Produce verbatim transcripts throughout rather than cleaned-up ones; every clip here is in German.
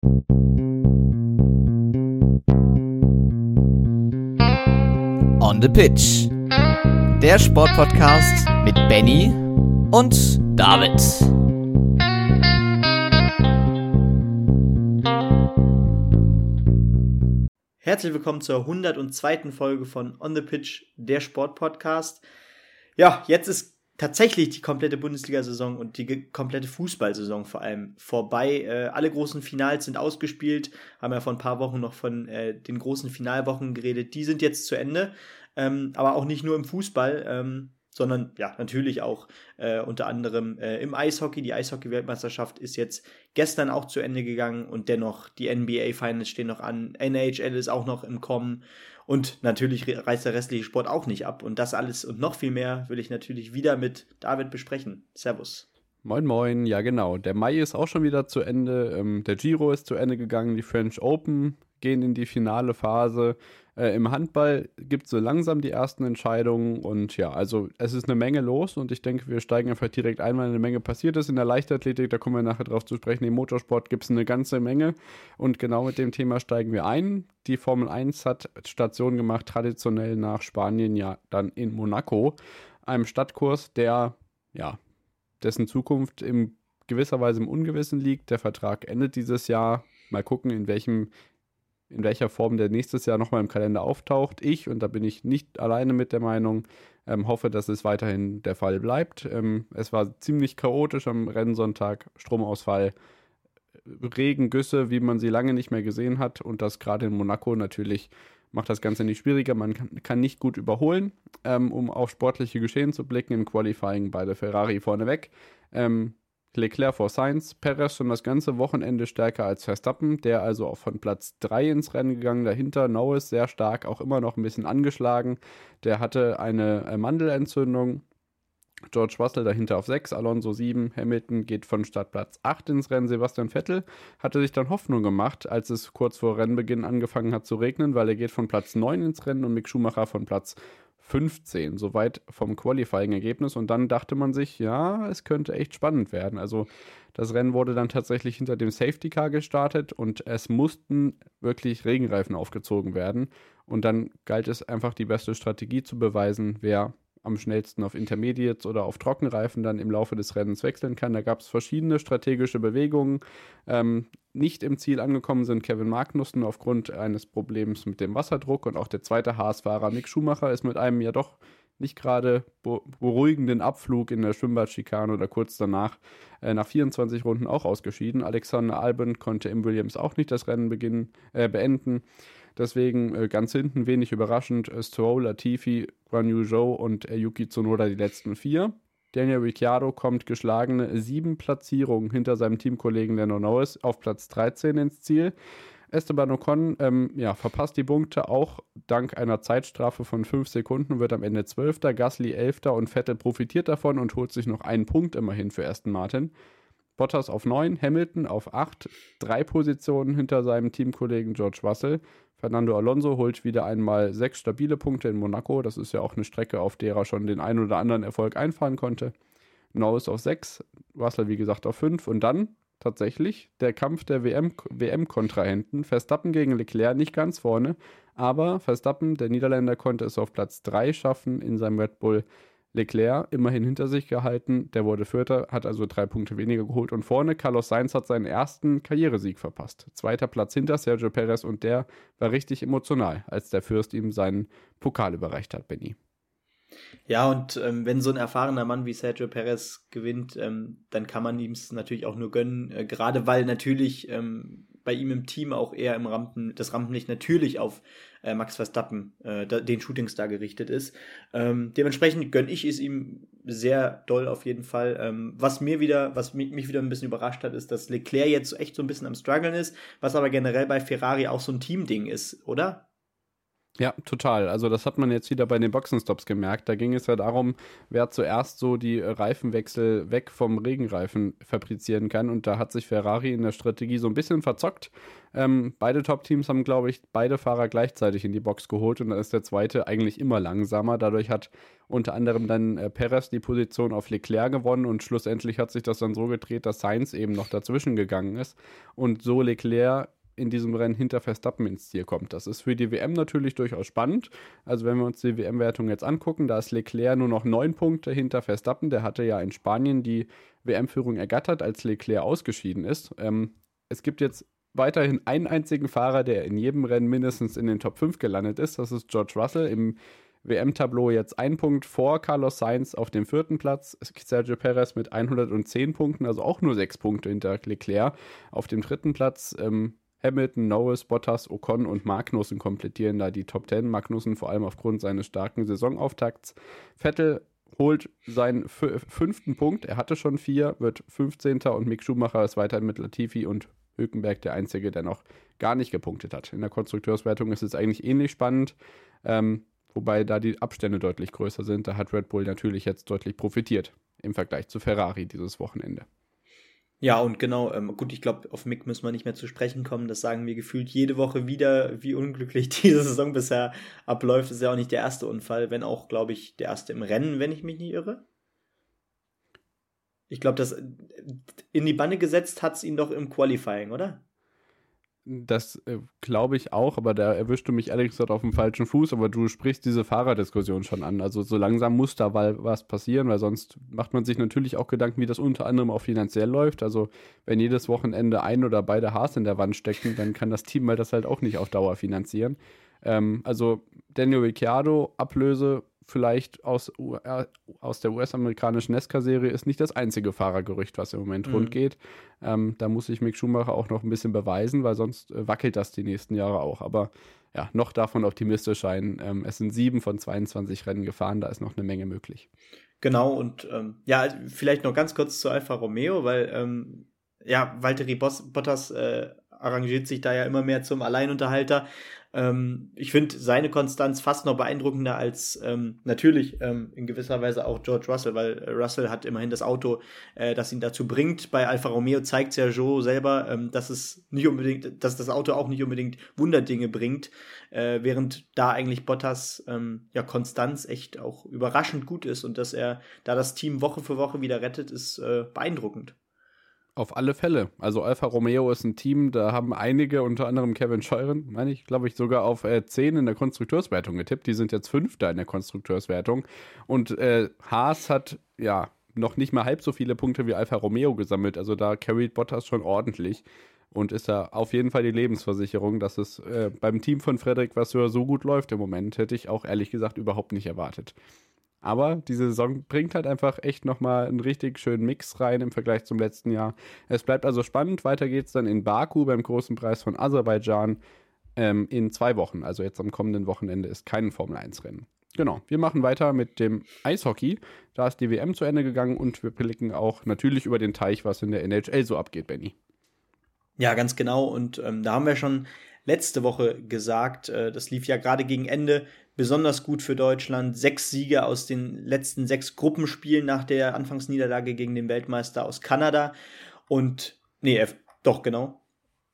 On the Pitch, der Sportpodcast mit Benny und David. Herzlich willkommen zur hundertzweiten Folge von On the Pitch, der Sportpodcast. Ja, jetzt ist tatsächlich die komplette Bundesliga-Saison und die ge- komplette Fußballsaison vor allem vorbei. Äh, alle großen Finals sind ausgespielt, haben ja vor ein paar Wochen noch von äh, den großen Finalwochen geredet. Die sind jetzt zu Ende, ähm, aber auch nicht nur im Fußball, ähm, sondern ja natürlich auch äh, unter anderem äh, im Eishockey. Die Eishockey-Weltmeisterschaft ist jetzt gestern auch zu Ende gegangen und dennoch die N B A-Finals stehen noch an, N H L ist auch noch im Kommen und natürlich reißt der restliche Sport auch nicht ab und das alles und noch viel mehr will ich natürlich wieder mit David besprechen. Servus. Moin moin, ja genau, der Mai ist auch schon wieder zu Ende, ähm, der Giro ist zu Ende gegangen, die French Open gehen in die finale Phase. Äh, Im Handball gibt es so langsam die ersten Entscheidungen und ja, also es ist eine Menge los und ich denke, wir steigen einfach direkt ein, weil eine Menge passiert ist. In der Leichtathletik, da kommen wir nachher drauf zu sprechen, im Motorsport gibt es eine ganze Menge und genau mit dem Thema steigen wir ein. Die Formel eins hat Station gemacht, traditionell nach Spanien, ja dann in Monaco, einem Stadtkurs, der, ja, dessen Zukunft in gewisser Weise im Ungewissen liegt. Der Vertrag endet dieses Jahr. Mal gucken, in welchem in welcher Form der nächstes Jahr nochmal im Kalender auftaucht. Ich, und da bin ich nicht alleine mit der Meinung, ähm, hoffe, dass es weiterhin der Fall bleibt. Ähm, es war ziemlich chaotisch am Rennsonntag, Stromausfall, Regen, Güsse, wie man sie lange nicht mehr gesehen hat und das gerade in Monaco natürlich macht das Ganze nicht schwieriger. Man kann, kann nicht gut überholen, ähm, um auf sportliche Geschehen zu blicken. Im Qualifying beide Ferrari vorneweg. Ähm, Leclerc vor Sainz, Perez schon das ganze Wochenende stärker als Verstappen, der also auch von Platz drei ins Rennen gegangen, dahinter Norris sehr stark, auch immer noch ein bisschen angeschlagen, der hatte eine äh, Mandelentzündung, George Russell dahinter auf sechs, Alonso sieben, Hamilton geht von Startplatz acht ins Rennen, Sebastian Vettel hatte sich dann Hoffnung gemacht, als es kurz vor Rennbeginn angefangen hat zu regnen, weil er geht von Platz neun ins Rennen und Mick Schumacher von Platz fünfzehn, soweit vom Qualifying-Ergebnis und dann dachte man sich, ja, es könnte echt spannend werden. Also das Rennen wurde dann tatsächlich hinter dem Safety Car gestartet und es mussten wirklich Regenreifen aufgezogen werden und dann galt es einfach die beste Strategie zu beweisen, wer am schnellsten auf Intermediates oder auf Trockenreifen dann im Laufe des Rennens wechseln kann. Da gab es verschiedene strategische Bewegungen. Ähm, nicht im Ziel angekommen sind Kevin Magnussen aufgrund eines Problems mit dem Wasserdruck und auch der zweite Haas-Fahrer Mick Schumacher ist mit einem ja doch nicht gerade beruhigenden Abflug in der Schwimmbadschikane oder kurz danach äh, nach vierundzwanzig Runden auch ausgeschieden. Alexander Albon konnte im Williams auch nicht das Rennen beginnen, äh, beenden. Deswegen äh, ganz hinten, wenig überraschend, äh, Stroll, Latifi, Guan Yu Zhou und äh, Yuki Tsunoda die letzten vier. Daniel Ricciardo kommt geschlagene sieben Platzierungen hinter seinem Teamkollegen Lando Norris auf Platz dreizehn ins Ziel. Esteban Ocon ähm, ja, verpasst die Punkte auch dank einer Zeitstrafe von fünf Sekunden, wird am Ende Zwölfter, Gasly Elfter und Vettel profitiert davon und holt sich noch einen Punkt immerhin für Aston Martin. Bottas auf neun, Hamilton auf acht, drei Positionen hinter seinem Teamkollegen George Russell. Fernando Alonso holt wieder einmal sechs stabile Punkte in Monaco. Das ist ja auch eine Strecke, auf der er schon den einen oder anderen Erfolg einfahren konnte. Norris auf sechs, Russell wie gesagt auf fünf und dann tatsächlich der Kampf der W M, W M-Kontrahenten. Verstappen gegen Leclerc nicht ganz vorne, aber Verstappen, der Niederländer, konnte es auf Platz drei schaffen in seinem Red Bull. Leclerc immerhin hinter sich gehalten, der wurde Vierter, hat also drei Punkte weniger geholt und vorne Carlos Sainz hat seinen ersten Karrieresieg verpasst. Zweiter Platz hinter Sergio Perez und der war richtig emotional, als der Fürst ihm seinen Pokal überreicht hat, Benny. Ja, und ähm, wenn so ein erfahrener Mann wie Sergio Perez gewinnt, ähm, dann kann man ihm es natürlich auch nur gönnen, äh, gerade weil natürlich ähm, bei ihm im Team auch eher im Rampen, das Rampenlicht natürlich auf äh, Max Verstappen, äh, da, den Shootingstar gerichtet ist. Ähm, dementsprechend gönne ich es ihm sehr doll auf jeden Fall. Ähm, was mir wieder, was mich, mich wieder ein bisschen überrascht hat, ist, dass Leclerc jetzt echt so ein bisschen am struggeln ist, was aber generell bei Ferrari auch so ein Teamding ist, oder? Ja, total. Also das hat man jetzt wieder bei den Boxenstops gemerkt. Da ging es ja darum, wer zuerst so die Reifenwechsel weg vom Regenreifen fabrizieren kann. Und da hat sich Ferrari in der Strategie so ein bisschen verzockt. Ähm, beide Top-Teams haben, glaube ich, beide Fahrer gleichzeitig in die Box geholt. Und da ist der zweite eigentlich immer langsamer. Dadurch hat unter anderem dann äh, Perez die Position auf Leclerc gewonnen. Und schlussendlich hat sich das dann so gedreht, dass Sainz eben noch dazwischen gegangen ist. Und so Leclerc in diesem Rennen hinter Verstappen ins Ziel kommt. Das ist für die W M natürlich durchaus spannend. Also wenn wir uns die W M-Wertung jetzt angucken, da ist Leclerc nur noch neun Punkte hinter Verstappen. Der hatte ja in Spanien die W M-Führung ergattert, als Leclerc ausgeschieden ist. Ähm, es gibt jetzt weiterhin einen einzigen Fahrer, der in jedem Rennen mindestens in den Top fünf gelandet ist. Das ist George Russell im W M-Tableau jetzt ein Punkt vor Carlos Sainz auf dem vierten Platz. Sergio Perez mit hundertzehn Punkten, also auch nur sechs Punkte hinter Leclerc auf dem dritten Platz. Ähm, Hamilton, Norris, Bottas, Ocon und Magnussen komplettieren da die Top zehn. Magnussen vor allem aufgrund seines starken Saisonauftakts. Vettel holt seinen f- fünften Punkt. Er hatte schon vier, wird fünfzehnter und Mick Schumacher ist weiterhin mit Latifi und Hülkenberg der Einzige, der noch gar nicht gepunktet hat. In der Konstrukteurswertung ist es eigentlich ähnlich spannend, ähm, wobei da die Abstände deutlich größer sind. Da hat Red Bull natürlich jetzt deutlich profitiert im Vergleich zu Ferrari dieses Wochenende. Ja, und genau, ähm, gut, ich glaube, auf Mick müssen wir nicht mehr zu sprechen kommen. Das sagen wir gefühlt jede Woche wieder, wie unglücklich diese Saison bisher abläuft. Das ist ja auch nicht der erste Unfall, wenn auch, glaube ich, der erste im Rennen, wenn ich mich nicht irre. Ich glaube, das in die Banne gesetzt hat es ihn doch im Qualifying, oder? Das äh, glaube ich auch, aber da erwischst du mich ehrlich gesagt auf dem falschen Fuß, aber du sprichst diese Fahrerdiskussion schon an. Also so langsam muss da was passieren, weil sonst macht man sich natürlich auch Gedanken, wie das unter anderem auch finanziell läuft. Also wenn jedes Wochenende ein oder beide Haars in der Wand stecken, dann kann das Team mal das halt auch nicht auf Dauer finanzieren. Ähm, also Daniel Ricciardo, Ablöse vielleicht aus, U- äh, aus der U S-amerikanischen NASCAR-Serie ist nicht das einzige Fahrergerücht, was im Moment mhm. rund geht. Ähm, da muss sich Mick Schumacher auch noch ein bisschen beweisen, weil sonst äh, wackelt das die nächsten Jahre auch. Aber ja, noch davon optimistisch sein. Ähm, es sind sieben von zweiundzwanzig Rennen gefahren, da ist noch eine Menge möglich. Genau, und ähm, ja, vielleicht noch ganz kurz zu Alfa Romeo, weil ähm, ja, Valtteri Bottas äh, arrangiert sich da ja immer mehr zum Alleinunterhalter. Ähm, ich finde seine Konstanz fast noch beeindruckender als ähm, natürlich ähm, in gewisser Weise auch George Russell, weil äh, Russell hat immerhin das Auto, äh, das ihn dazu bringt. Bei Alfa Romeo zeigt Sergio selber, ähm, dass es nicht unbedingt, dass das Auto auch nicht unbedingt Wunderdinge bringt, äh, während da eigentlich Bottas ähm, ja Konstanz echt auch überraschend gut ist und dass er da das Team Woche für Woche wieder rettet, ist äh, beeindruckend. Auf alle Fälle. Also Alfa Romeo ist ein Team, da haben einige, unter anderem Kevin Scheuren, meine ich, glaube ich, sogar auf äh, zehn in der Konstrukteurswertung getippt. Die sind jetzt Fünfter in der Konstrukteurswertung. Und äh, Haas hat, ja, noch nicht mal halb so viele Punkte wie Alfa Romeo gesammelt. Also da carried Bottas schon ordentlich und ist da auf jeden Fall die Lebensversicherung, dass es äh, beim Team von Frederic Vasseur so gut läuft im Moment, hätte ich auch ehrlich gesagt überhaupt nicht erwartet. Aber diese Saison bringt halt einfach echt nochmal einen richtig schönen Mix rein im Vergleich zum letzten Jahr. Es bleibt also spannend. Weiter geht's dann in Baku beim großen Preis von Aserbaidschan ähm, in zwei Wochen. Also jetzt am kommenden Wochenende ist kein Formel eins Rennen. Genau, wir machen weiter mit dem Eishockey. Da ist die W M zu Ende gegangen und wir blicken auch natürlich über den Teich, was in der N H L so abgeht, Benny. Ja, ganz genau. Und ähm, da haben wir schon letzte Woche gesagt, äh, das lief ja gerade gegen Ende besonders gut für Deutschland. Sechs Siege aus den letzten sechs Gruppenspielen nach der Anfangsniederlage gegen den Weltmeister aus Kanada. Und, nee, äh, doch, genau.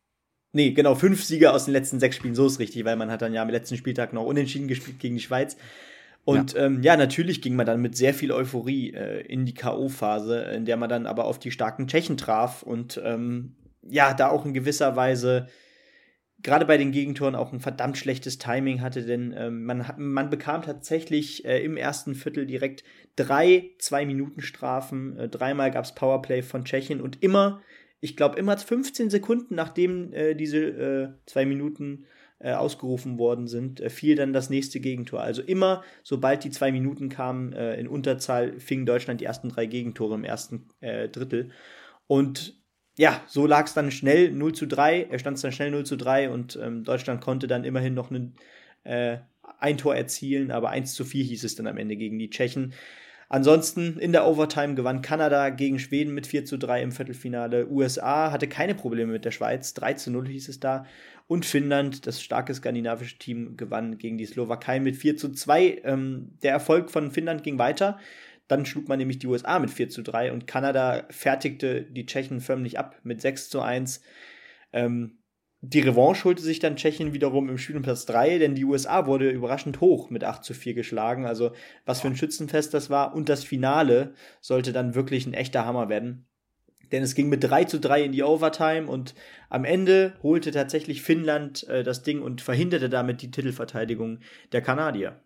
Nee, genau, fünf Siege aus den letzten sechs Spielen, so ist richtig, weil man hat dann ja am letzten Spieltag noch unentschieden gespielt gegen die Schweiz. Und ja, ähm, ja natürlich ging man dann mit sehr viel Euphorie äh, in die K O-Phase, in der man dann aber auf die starken Tschechen traf und ähm, ja, da auch in gewisser Weise gerade bei den Gegentoren auch ein verdammt schlechtes Timing hatte, denn ähm, man, man bekam tatsächlich äh, im ersten Viertel direkt drei Zwei-Minuten-Strafen. Äh, dreimal gab es Powerplay von Tschechien und immer, ich glaube, immer fünfzehn Sekunden, nachdem äh, diese äh, zwei Minuten äh, ausgerufen worden sind, äh, fiel dann das nächste Gegentor. Also immer, sobald die zwei Minuten kamen äh, in Unterzahl, fing Deutschland die ersten drei Gegentore im ersten äh, Drittel. Und ja, so lag es dann schnell null zu drei, er stand es dann schnell null zu drei und ähm, Deutschland konnte dann immerhin noch ne, äh, ein Tor erzielen, aber eins zu vier hieß es dann am Ende gegen die Tschechen. Ansonsten in der Overtime gewann Kanada gegen Schweden mit vier zu drei im Viertelfinale. U S A hatte keine Probleme mit der Schweiz, drei zu null hieß es da. Und Finnland, das starke skandinavische Team, gewann gegen die Slowakei mit vier zu zwei. Ähm, der Erfolg von Finnland ging weiter. Dann schlug man nämlich die U S A mit vier zu drei und Kanada fertigte die Tschechen förmlich ab mit sechs zu eins. Ähm, die Revanche holte sich dann Tschechien wiederum im Spiel um Platz drei, denn die U S A wurde überraschend hoch mit acht zu vier geschlagen. Also was für ein Schützenfest das war. Und das Finale sollte dann wirklich ein echter Hammer werden. Denn es ging mit drei zu drei in die Overtime und am Ende holte tatsächlich Finnland äh, das Ding und verhinderte damit die Titelverteidigung der Kanadier.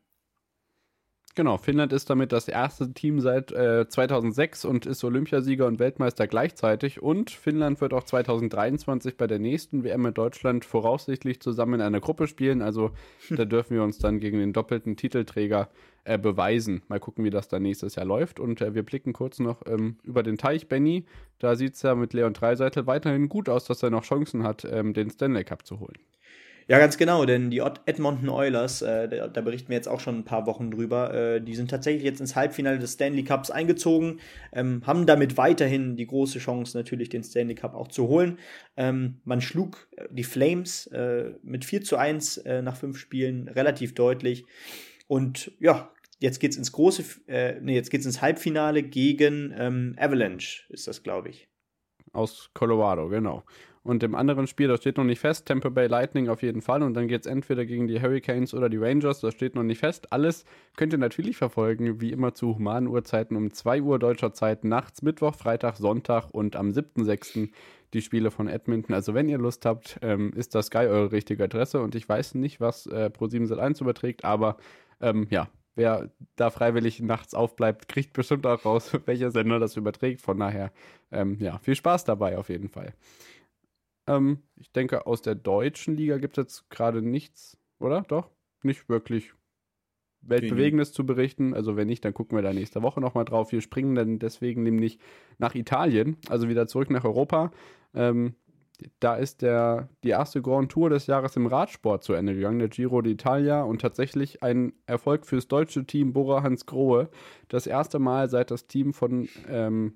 Genau, Finnland ist damit das erste Team seit äh, zweitausendsechs und ist Olympiasieger und Weltmeister gleichzeitig. Und Finnland wird auch zweitausenddreiundzwanzig bei der nächsten W M mit Deutschland voraussichtlich zusammen in einer Gruppe spielen. Also da dürfen wir uns dann gegen den doppelten Titelträger äh, beweisen. Mal gucken, wie das dann nächstes Jahr läuft. Und äh, wir blicken kurz noch ähm, über den Teich, Benny. Da sieht es ja mit Leon Draisaitl weiterhin gut aus, dass er noch Chancen hat, ähm, den Stanley Cup zu holen. Ja, ganz genau, denn die Edmonton Oilers, äh, da, da berichten wir jetzt auch schon ein paar Wochen drüber, äh, die sind tatsächlich jetzt ins Halbfinale des Stanley Cups eingezogen, ähm, haben damit weiterhin die große Chance, natürlich den Stanley Cup auch zu holen. Ähm, man schlug die Flames äh, mit vier zu eins äh, nach fünf Spielen relativ deutlich. Und ja, jetzt geht's ins große, äh, nee, jetzt geht's ins Halbfinale gegen ähm, Avalanche, ist das, glaube ich. Aus Colorado, genau. Und im anderen Spiel, das steht noch nicht fest, Tampa Bay Lightning auf jeden Fall. Und dann geht es entweder gegen die Hurricanes oder die Rangers, das steht noch nicht fest. Alles könnt ihr natürlich verfolgen, wie immer zu humanen Uhrzeiten um zwei Uhr deutscher Zeit nachts, Mittwoch, Freitag, Sonntag und am siebten sechsten die Spiele von Edmonton. Also wenn ihr Lust habt, ähm, ist das Sky eure richtige Adresse. Und ich weiß nicht, was äh, ProSieben Sat eins überträgt, aber ähm, ja, wer da freiwillig nachts aufbleibt, kriegt bestimmt auch raus, welcher Sender das überträgt. Von daher, ähm, ja, viel Spaß dabei auf jeden Fall. Ähm, ich denke, aus der deutschen Liga gibt es jetzt gerade nichts, oder? Doch? Nicht wirklich Weltbewegendes mhm. zu berichten. Also wenn nicht, dann gucken wir da nächste Woche nochmal drauf. Wir springen dann deswegen nämlich nach Italien, also wieder zurück nach Europa. Ähm, da ist der, die erste Grand Tour des Jahres im Radsport zu Ende gegangen, der Giro d'Italia, und tatsächlich ein Erfolg fürs deutsche Team Bora Hansgrohe. Das erste Mal, seit das Team von ähm,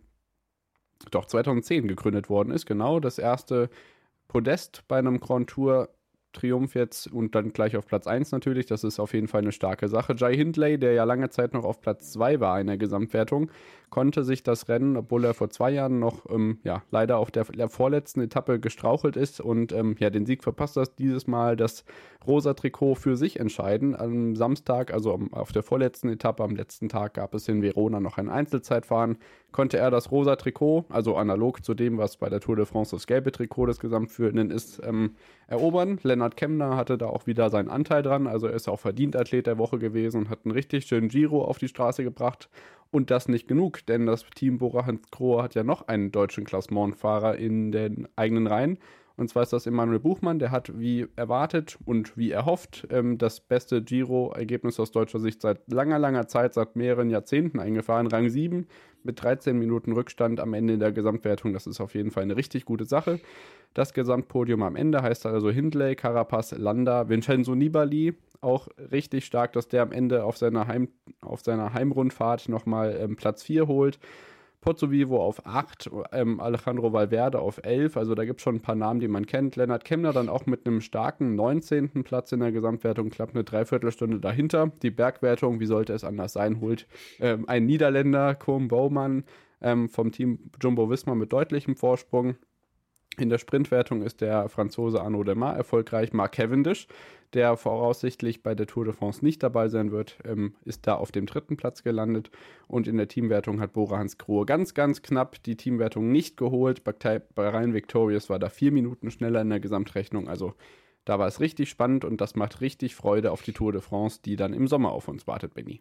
doch zweitausendzehn gegründet worden ist, genau, das erste Podest bei einem Grand Tour Triumph jetzt und dann gleich auf Platz eins natürlich, das ist auf jeden Fall eine starke Sache. Jai Hindley, der ja lange Zeit noch auf Platz zwei war in der Gesamtwertung, konnte sich das Rennen, obwohl er vor zwei Jahren noch ähm, ja, leider auf der, der vorletzten Etappe gestrauchelt ist und ähm, ja, den Sieg verpasst hat, dieses Mal das rosa Trikot für sich entscheiden. Am Samstag, also auf der vorletzten Etappe, am letzten Tag gab es in Verona noch ein Einzelzeitfahren, konnte er das rosa Trikot, also analog zu dem, was bei der Tour de France das gelbe Trikot des Gesamtführenden ist, ähm, erobern. Lennart Kemner hatte da auch wieder seinen Anteil dran, also er ist auch verdient Athlet der Woche gewesen und hat einen richtig schönen Giro auf die Straße gebracht. Und das nicht genug, denn das Team Bora Hansgrohe hat ja noch einen deutschen Klassementfahrer in den eigenen Reihen. Und zwar ist das Emanuel Buchmann, der hat wie erwartet und wie erhofft ähm, das beste Giro-Ergebnis aus deutscher Sicht seit langer, langer Zeit, seit mehreren Jahrzehnten eingefahren. Rang sieben mit dreizehn Minuten Rückstand am Ende der Gesamtwertung. Das ist auf jeden Fall eine richtig gute Sache. Das Gesamtpodium am Ende heißt also Hindley, Carapaz, Landa, Vincenzo Nibali. Auch richtig stark, dass der am Ende auf seiner, Heim, auf seiner Heimrundfahrt nochmal ähm, Platz vier holt. Pozzovivo auf acht, ähm, Alejandro Valverde auf elf, also da gibt es schon ein paar Namen, die man kennt. Lennart Kemner dann auch mit einem starken neunzehnten Platz in der Gesamtwertung, klappt eine Dreiviertelstunde dahinter. Die Bergwertung, wie sollte es anders sein, holt ähm, ein Niederländer, Koen Bouwman, ähm, vom Team Jumbo-Visma mit deutlichem Vorsprung. In der Sprintwertung ist der Franzose Arnaud Démare erfolgreich. Mark Cavendish, der voraussichtlich bei der Tour de France nicht dabei sein wird, ähm, ist da auf dem dritten Platz gelandet. Und in der Teamwertung hat Bora Hansgrohe ganz, ganz knapp die Teamwertung nicht geholt. Bahrain Victorious war da vier Minuten schneller in der Gesamtrechnung. Also da war es richtig spannend und das macht richtig Freude auf die Tour de France, die dann im Sommer auf uns wartet, Benny.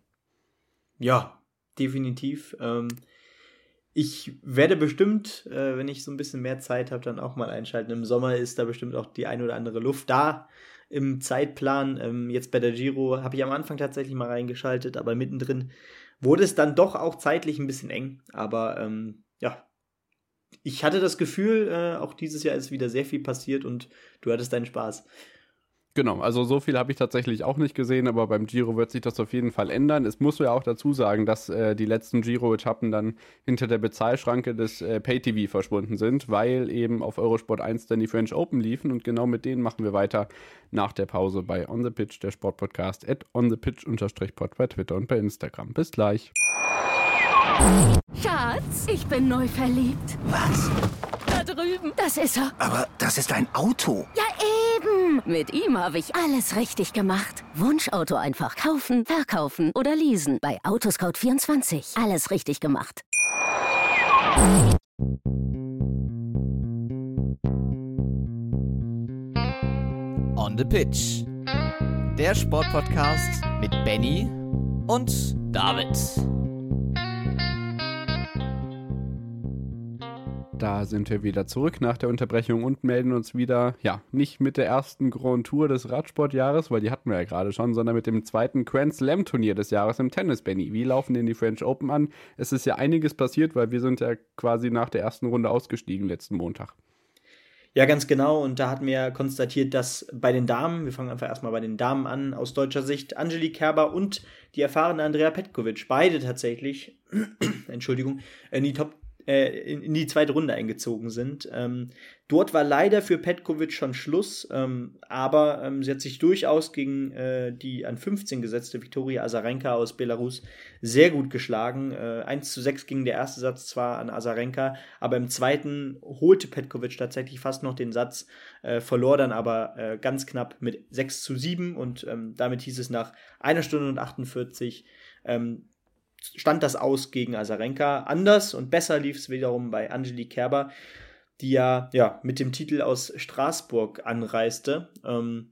Ja, definitiv. Ähm Ich werde bestimmt, äh, wenn ich so ein bisschen mehr Zeit habe, dann auch mal einschalten. Im Sommer ist da bestimmt auch die ein oder andere Luft da im Zeitplan. Ähm, jetzt bei der Giro habe ich am Anfang tatsächlich mal reingeschaltet, aber mittendrin wurde es dann doch auch zeitlich ein bisschen eng. Aber ähm, ja, ich hatte das Gefühl, äh, auch dieses Jahr ist wieder sehr viel passiert und du hattest deinen Spaß. Genau, also so viel habe ich tatsächlich auch nicht gesehen, aber beim Giro wird sich das auf jeden Fall ändern. Es muss ja auch dazu sagen, dass äh, die letzten Giro-Etappen dann hinter der Bezahlschranke des äh, Pay-T V verschwunden sind, weil eben auf Eurosport eins dann die French Open liefen und genau mit denen machen wir weiter nach der Pause bei On The Pitch, der Sportpodcast at onthepitch-pod bei Twitter und bei Instagram. Bis gleich. Schatz, ich bin neu verliebt. Was? Da drüben. Das ist er. Aber das ist ein Auto. Ja, eben. Mit ihm habe ich alles richtig gemacht. Wunschauto einfach kaufen, verkaufen oder leasen. Bei Autoscout vierundzwanzig. Alles richtig gemacht. On the Pitch. Der Sportpodcast mit Benny und David. Da sind wir wieder zurück nach der Unterbrechung und melden uns wieder, ja, nicht mit der ersten Grand Tour des Radsportjahres, weil die hatten wir ja gerade schon, sondern mit dem zweiten Grand Slam Turnier des Jahres im Tennis, Benny. Wie laufen denn die French Open an? Es ist ja einiges passiert, weil wir sind ja quasi nach der ersten Runde ausgestiegen letzten Montag. Ja, ganz genau. Und da hatten wir konstatiert, dass bei den Damen, wir fangen einfach erstmal bei den Damen an, aus deutscher Sicht, Angelique Kerber und die erfahrene Andrea Petkovic, beide tatsächlich, Entschuldigung, in die Top In, in die zweite Runde eingezogen sind. Ähm, dort war leider für Petkovic schon Schluss, ähm, aber ähm, sie hat sich durchaus gegen äh, die an fünfzehn gesetzte Viktoria Azarenka aus Belarus sehr gut geschlagen. Äh, eins zu sechs ging der erste Satz zwar an Azarenka, aber im zweiten holte Petkovic tatsächlich fast noch den Satz, äh, verlor dann aber äh, ganz knapp mit sechs zu sieben und ähm, damit hieß es nach einer Stunde und achtundvierzig ähm, stand das aus gegen Azarenka. Anders und besser lief es wiederum bei Angelique Kerber, die ja, ja mit dem Titel aus Straßburg anreiste. Ähm,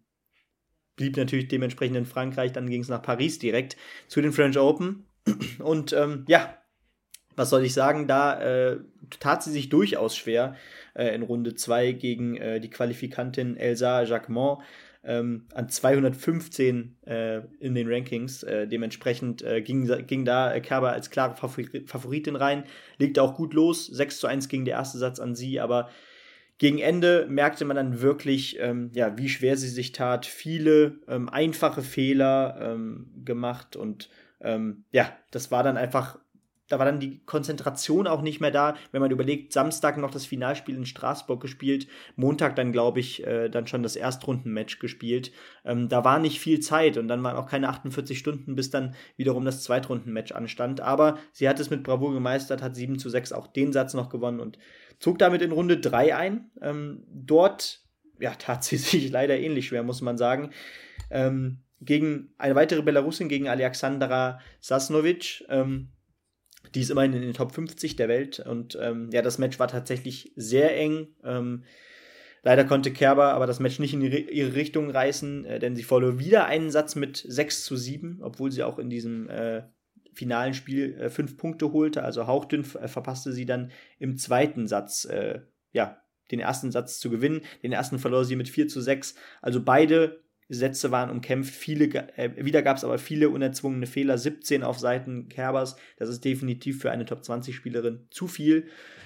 blieb natürlich dementsprechend in Frankreich, dann ging es nach Paris direkt zu den French Open. Und ähm, ja, was soll ich sagen, da äh, tat sie sich durchaus schwer äh, in Runde zwei gegen äh, die Qualifikantin Elsa Jacquemont. Ähm, an zweihundertfünfzehn äh, in den Rankings. Äh, dementsprechend äh, ging, ging da Kerber als klare Favori- Favoritin rein. Legte auch gut los. sechs zu eins ging der erste Satz an sie, aber gegen Ende merkte man dann wirklich, ähm, ja, wie schwer sie sich tat. Viele ähm, einfache Fehler ähm, gemacht und ähm, ja, das war dann einfach Da war dann die Konzentration auch nicht mehr da, wenn man überlegt, Samstag noch das Finalspiel in Straßburg gespielt, Montag dann, glaube ich, äh, dann schon das Erstrundenmatch gespielt. Ähm, da war nicht viel Zeit und dann waren auch keine achtundvierzig Stunden, bis dann wiederum das Zweitrundenmatch anstand. Aber sie hat es mit Bravour gemeistert, hat sieben zu sechs auch den Satz noch gewonnen und zog damit in Runde drei ein. Ähm, dort ja, tat sie sich leider ähnlich schwer, muss man sagen. Ähm, gegen eine weitere Belarusin, gegen Alexandra Sasnovic, ähm, die ist immerhin in den Top fünfzig der Welt und ähm, ja, das Match war tatsächlich sehr eng. Ähm, leider konnte Kerber aber das Match nicht in ihre, ihre Richtung reißen, äh, denn sie verlor wieder einen Satz mit sechs zu sieben, obwohl sie auch in diesem äh, finalen Spiel äh, fünf Punkte holte, also hauchdünn äh, verpasste sie dann im zweiten Satz, äh, ja, den ersten Satz zu gewinnen. Den ersten verlor sie mit vier zu sechs, also beide Sätze waren umkämpft, viele, äh, wieder gab es aber viele unerzwungene Fehler, siebzehn auf Seiten Kerbers, das ist definitiv für eine Top zwanzig Spielerin zu viel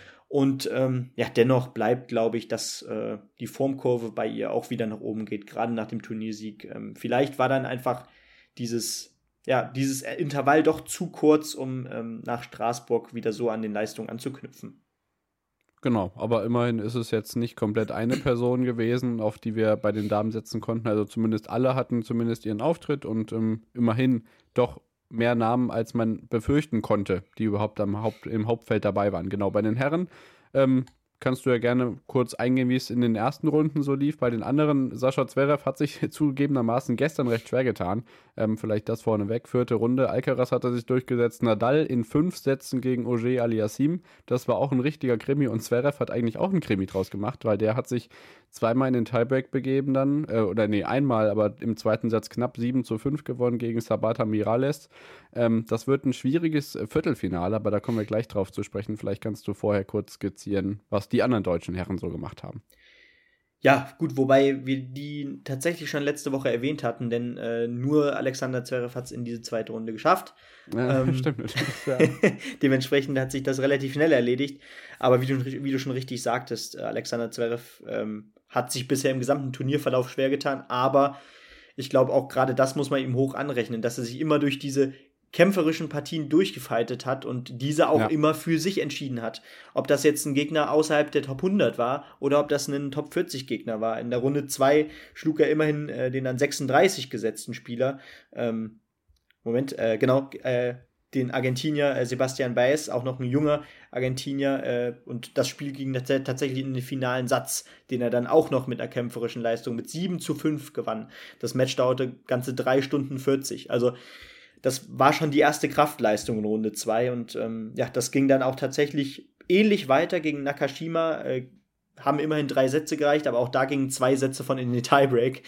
und ähm, ja, dennoch bleibt, glaube ich, dass äh, die Formkurve bei ihr auch wieder nach oben geht, gerade nach dem Turniersieg. Ähm, vielleicht war dann einfach dieses, ja, dieses Intervall doch zu kurz, um ähm, nach Straßburg wieder so an den Leistungen anzuknüpfen. Genau, aber immerhin ist es jetzt nicht komplett eine Person gewesen, auf die wir bei den Damen setzen konnten. Also zumindest alle hatten zumindest ihren Auftritt und ähm, immerhin doch mehr Namen, als man befürchten konnte, die überhaupt am Haupt, im Hauptfeld dabei waren. Genau, bei den Herren ähm, kannst du ja gerne kurz eingehen, wie es in den ersten Runden so lief. Bei den anderen, Sascha Zverev hat sich zugegebenermaßen gestern recht schwer getan. Ähm, vielleicht das vorneweg. Vierte Runde. Alcaraz hat er sich durchgesetzt. Nadal in fünf Sätzen gegen Auger Aliassime. Das war auch ein richtiger Krimi. Und Zverev hat eigentlich auch einen Krimi draus gemacht, weil der hat sich zweimal in den Tiebreak begeben dann. Äh, oder nee, einmal, aber im zweiten Satz knapp sieben zu fünf gewonnen gegen Sabata Miralles. Ähm, das wird ein schwieriges Viertelfinale, aber da kommen wir gleich drauf zu sprechen. Vielleicht kannst du vorher kurz skizzieren, was die anderen deutschen Herren so gemacht haben. Ja, gut, wobei wir die tatsächlich schon letzte Woche erwähnt hatten, denn äh, nur Alexander Zverev hat es in diese zweite Runde geschafft. Ja, ähm, stimmt natürlich. Ja. Dementsprechend hat sich das relativ schnell erledigt. Aber wie du, wie du schon richtig sagtest, Alexander Zverev ähm, hat sich bisher im gesamten Turnierverlauf schwer getan, aber ich glaube auch gerade das muss man ihm hoch anrechnen, dass er sich immer durch diese kämpferischen Partien durchgefightet hat und diese auch ja. immer für sich entschieden hat. Ob das jetzt ein Gegner außerhalb der Top hundert war oder ob das ein Top vierzig Gegner war. In der Runde zwei schlug er immerhin äh, den an sechsunddreißig gesetzten Spieler. Ähm, Moment, äh, genau, äh, den Argentinier äh, Sebastian Baez, auch noch ein junger Argentinier. Äh, und das Spiel ging tats- tatsächlich in den finalen Satz, den er dann auch noch mit einer kämpferischen Leistung mit sieben zu fünf gewann. Das Match dauerte ganze drei Stunden vierzig. Also das war schon die erste Kraftleistung in Runde zwei und ähm, ja, das ging dann auch tatsächlich ähnlich weiter gegen Nakashima, äh, haben immerhin drei Sätze gereicht, aber auch da gingen zwei Sätze von in den Tiebreak.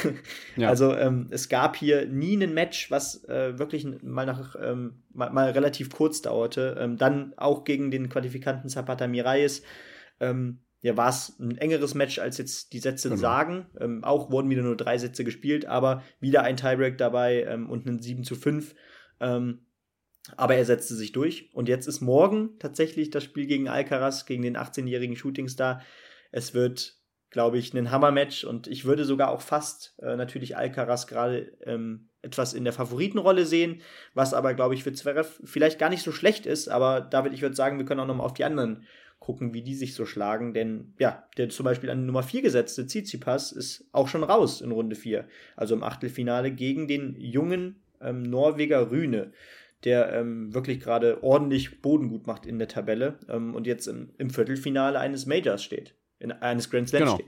ja. Also ähm, es gab hier nie ein Match, was äh, wirklich mal nach ähm, mal, mal relativ kurz dauerte. Ähm, dann auch gegen den Qualifikanten Zapata Miralles ähm, ja, war es ein engeres Match, als jetzt die Sätze genau. sagen. Ähm, auch wurden wieder nur drei Sätze gespielt, aber wieder ein Tiebreak dabei ähm, und ein sieben zu fünf. Ähm, aber er setzte sich durch. Und jetzt ist morgen tatsächlich das Spiel gegen Alcaraz, gegen den achtzehnjährigen Shootingstar. Es wird, glaube ich, ein Hammermatch. Und ich würde sogar auch fast äh, natürlich Alcaraz gerade ähm, etwas in der Favoritenrolle sehen, was aber, glaube ich, für Zverev vielleicht gar nicht so schlecht ist. Aber David, ich würde sagen, wir können auch noch mal auf die anderen gucken, wie die sich so schlagen, denn ja, der zum Beispiel an Nummer vier gesetzte Tsitsipas ist auch schon raus in Runde vier, also im Achtelfinale gegen den jungen ähm, Norweger Rune, der ähm, wirklich gerade ordentlich Boden gut macht in der Tabelle ähm, und jetzt im, im Viertelfinale eines Majors steht, in, eines Grand Slams genau. steht.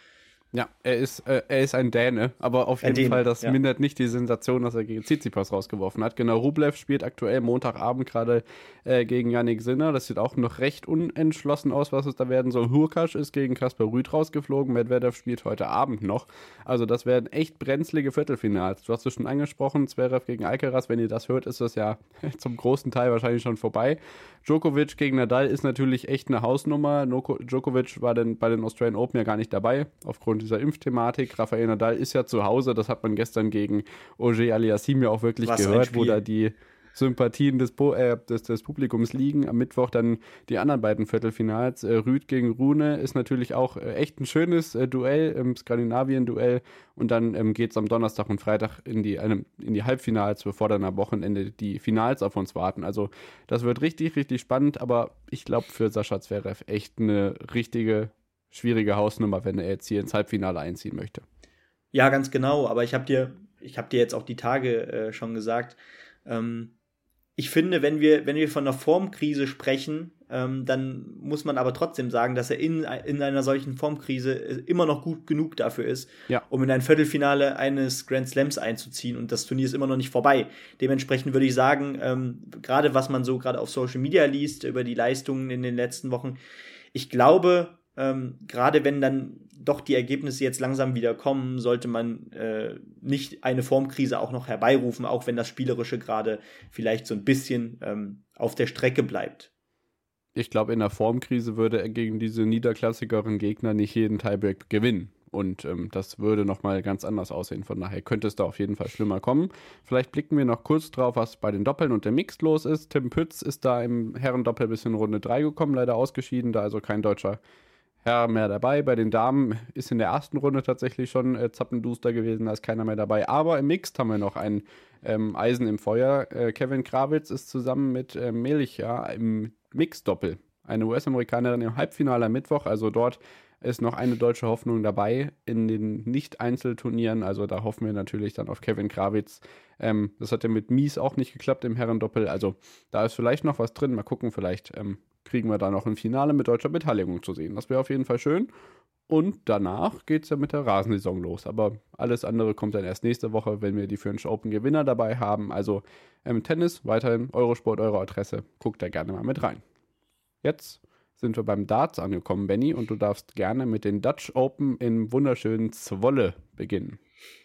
Ja, er ist, äh, er ist ein Däne, aber auf jeden Däne, Fall, das ja. mindert nicht die Sensation, dass er gegen Tsitsipas rausgeworfen hat. Genau, Rublev spielt aktuell Montagabend gerade äh, gegen Jannik Sinner. Das sieht auch noch recht unentschlossen aus, was es da werden soll. Hurkacz ist gegen Kasper Rüth rausgeflogen, Medvedev spielt heute Abend noch. Also das werden echt brenzlige Viertelfinals. Du hast es schon angesprochen, Zverev gegen Alcaraz. Wenn ihr das hört, ist das ja zum großen Teil wahrscheinlich schon vorbei. Djokovic gegen Nadal ist natürlich echt eine Hausnummer. Noko- Djokovic war denn bei den Australian Open ja gar nicht dabei, aufgrund dieser Impfthematik. Rafael Nadal ist ja zu Hause, das hat man gestern gegen Ogier Aliassime ja auch wirklich Was gehört, wo da die Sympathien des, po- äh, des, des Publikums liegen. Am Mittwoch dann die anderen beiden Viertelfinals. Äh, Rüd gegen Rune ist natürlich auch äh, echt ein schönes äh, Duell, ähm, Skandinavien-Duell. Und dann ähm, geht es am Donnerstag und Freitag in die, äh, in die Halbfinals, bevor dann am Wochenende die Finals auf uns warten. Also das wird richtig, richtig spannend. Aber ich glaube für Sascha Zverev echt eine richtige, schwierige Hausnummer, wenn er jetzt hier ins Halbfinale einziehen möchte. Ja, ganz genau. Aber ich habe dir, ich habe dir jetzt auch die Tage äh, schon gesagt, ähm, ich finde, wenn wir, wenn wir von einer Formkrise sprechen, ähm, dann muss man aber trotzdem sagen, dass er in, in einer solchen Formkrise immer noch gut genug dafür ist, ja. um in ein Viertelfinale eines Grand Slams einzuziehen und das Turnier ist immer noch nicht vorbei. Dementsprechend würde ich sagen, ähm, gerade was man so gerade auf Social Media liest, über die Leistungen in den letzten Wochen, ich glaube, ähm, gerade wenn dann doch die Ergebnisse jetzt langsam wieder kommen, sollte man äh, nicht eine Formkrise auch noch herbeirufen, auch wenn das Spielerische gerade vielleicht so ein bisschen ähm, auf der Strecke bleibt. Ich glaube, in der Formkrise würde er gegen diese niederklassigeren Gegner nicht jeden Tiebreak gewinnen. Und ähm, das würde nochmal ganz anders aussehen. Von daher könnte es da auf jeden Fall schlimmer kommen. Vielleicht blicken wir noch kurz drauf, was bei den Doppeln und der Mixed los ist. Tim Pütz ist da im Herrendoppel bis in Runde drei gekommen, leider ausgeschieden, da also kein deutscher Herr mehr dabei. Bei den Damen ist in der ersten Runde tatsächlich schon äh, zappenduster gewesen, da ist keiner mehr dabei. Aber im Mixed haben wir noch ein ähm, Eisen im Feuer. Äh, Kevin Krawitz ist zusammen mit äh, Melicha im Mixed-Doppel. Eine U S-Amerikanerin im Halbfinale am Mittwoch, also dort ist noch eine deutsche Hoffnung dabei in den Nicht-Einzelturnieren. Also da hoffen wir natürlich dann auf Kevin Krawitz. Ähm, das hat ja mit Mies auch nicht geklappt im Herrendoppel. Also da ist vielleicht noch was drin. Mal gucken, vielleicht ähm, kriegen wir da noch ein Finale mit deutscher Beteiligung zu sehen. Das wäre auf jeden Fall schön. Und danach geht es ja mit der Rasensaison los. Aber alles andere kommt dann erst nächste Woche, wenn wir die French Open Gewinner dabei haben. Also ähm, Tennis, weiterhin Eurosport, eure Adresse. Guckt da gerne mal mit rein. Jetzt sind wir beim Darts angekommen, Benny, und du darfst gerne mit den Dutch Open im wunderschönen Zwolle beginnen.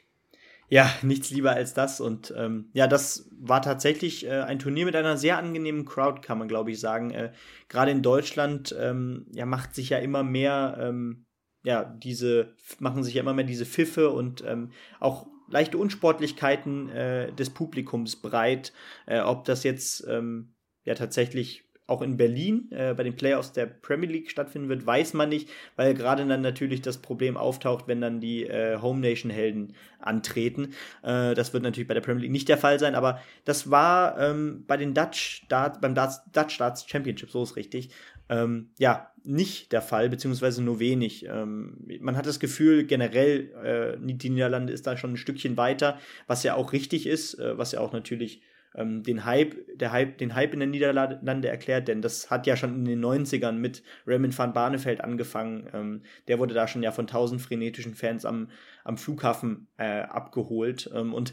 Ja, nichts lieber als das. Und ähm, ja, das war tatsächlich äh, ein Turnier mit einer sehr angenehmen Crowd, kann man, glaube ich, sagen. Äh, Gerade in Deutschland ähm, ja, macht sich ja immer mehr, ähm, ja, diese, machen sich ja immer mehr diese Pfiffe und ähm, auch leichte Unsportlichkeiten äh, des Publikums breit. Äh, ob das jetzt ähm, ja tatsächlich auch in Berlin äh, bei den Playoffs der Premier League stattfinden wird, weiß man nicht, weil gerade dann natürlich das Problem auftaucht, wenn dann die äh, Home Nation Helden antreten. Äh, das wird natürlich bei der Premier League nicht der Fall sein, aber das war ähm, bei den Dutch Dart, beim Darts, Dutch Darts Championship, so ist richtig, ähm, ja, nicht der Fall, beziehungsweise nur wenig. Ähm, man hat das Gefühl, generell, äh, die Niederlande ist da schon ein Stückchen weiter, was ja auch richtig ist, äh, was ja auch natürlich ähm, den Hype, der Hype, den Hype in den Niederlande erklärt, denn das hat ja schon in den neunzigern mit Raymond van Barneveld angefangen. Ähm, der wurde da schon ja von tausend frenetischen Fans am, am Flughafen äh, abgeholt. Ähm, und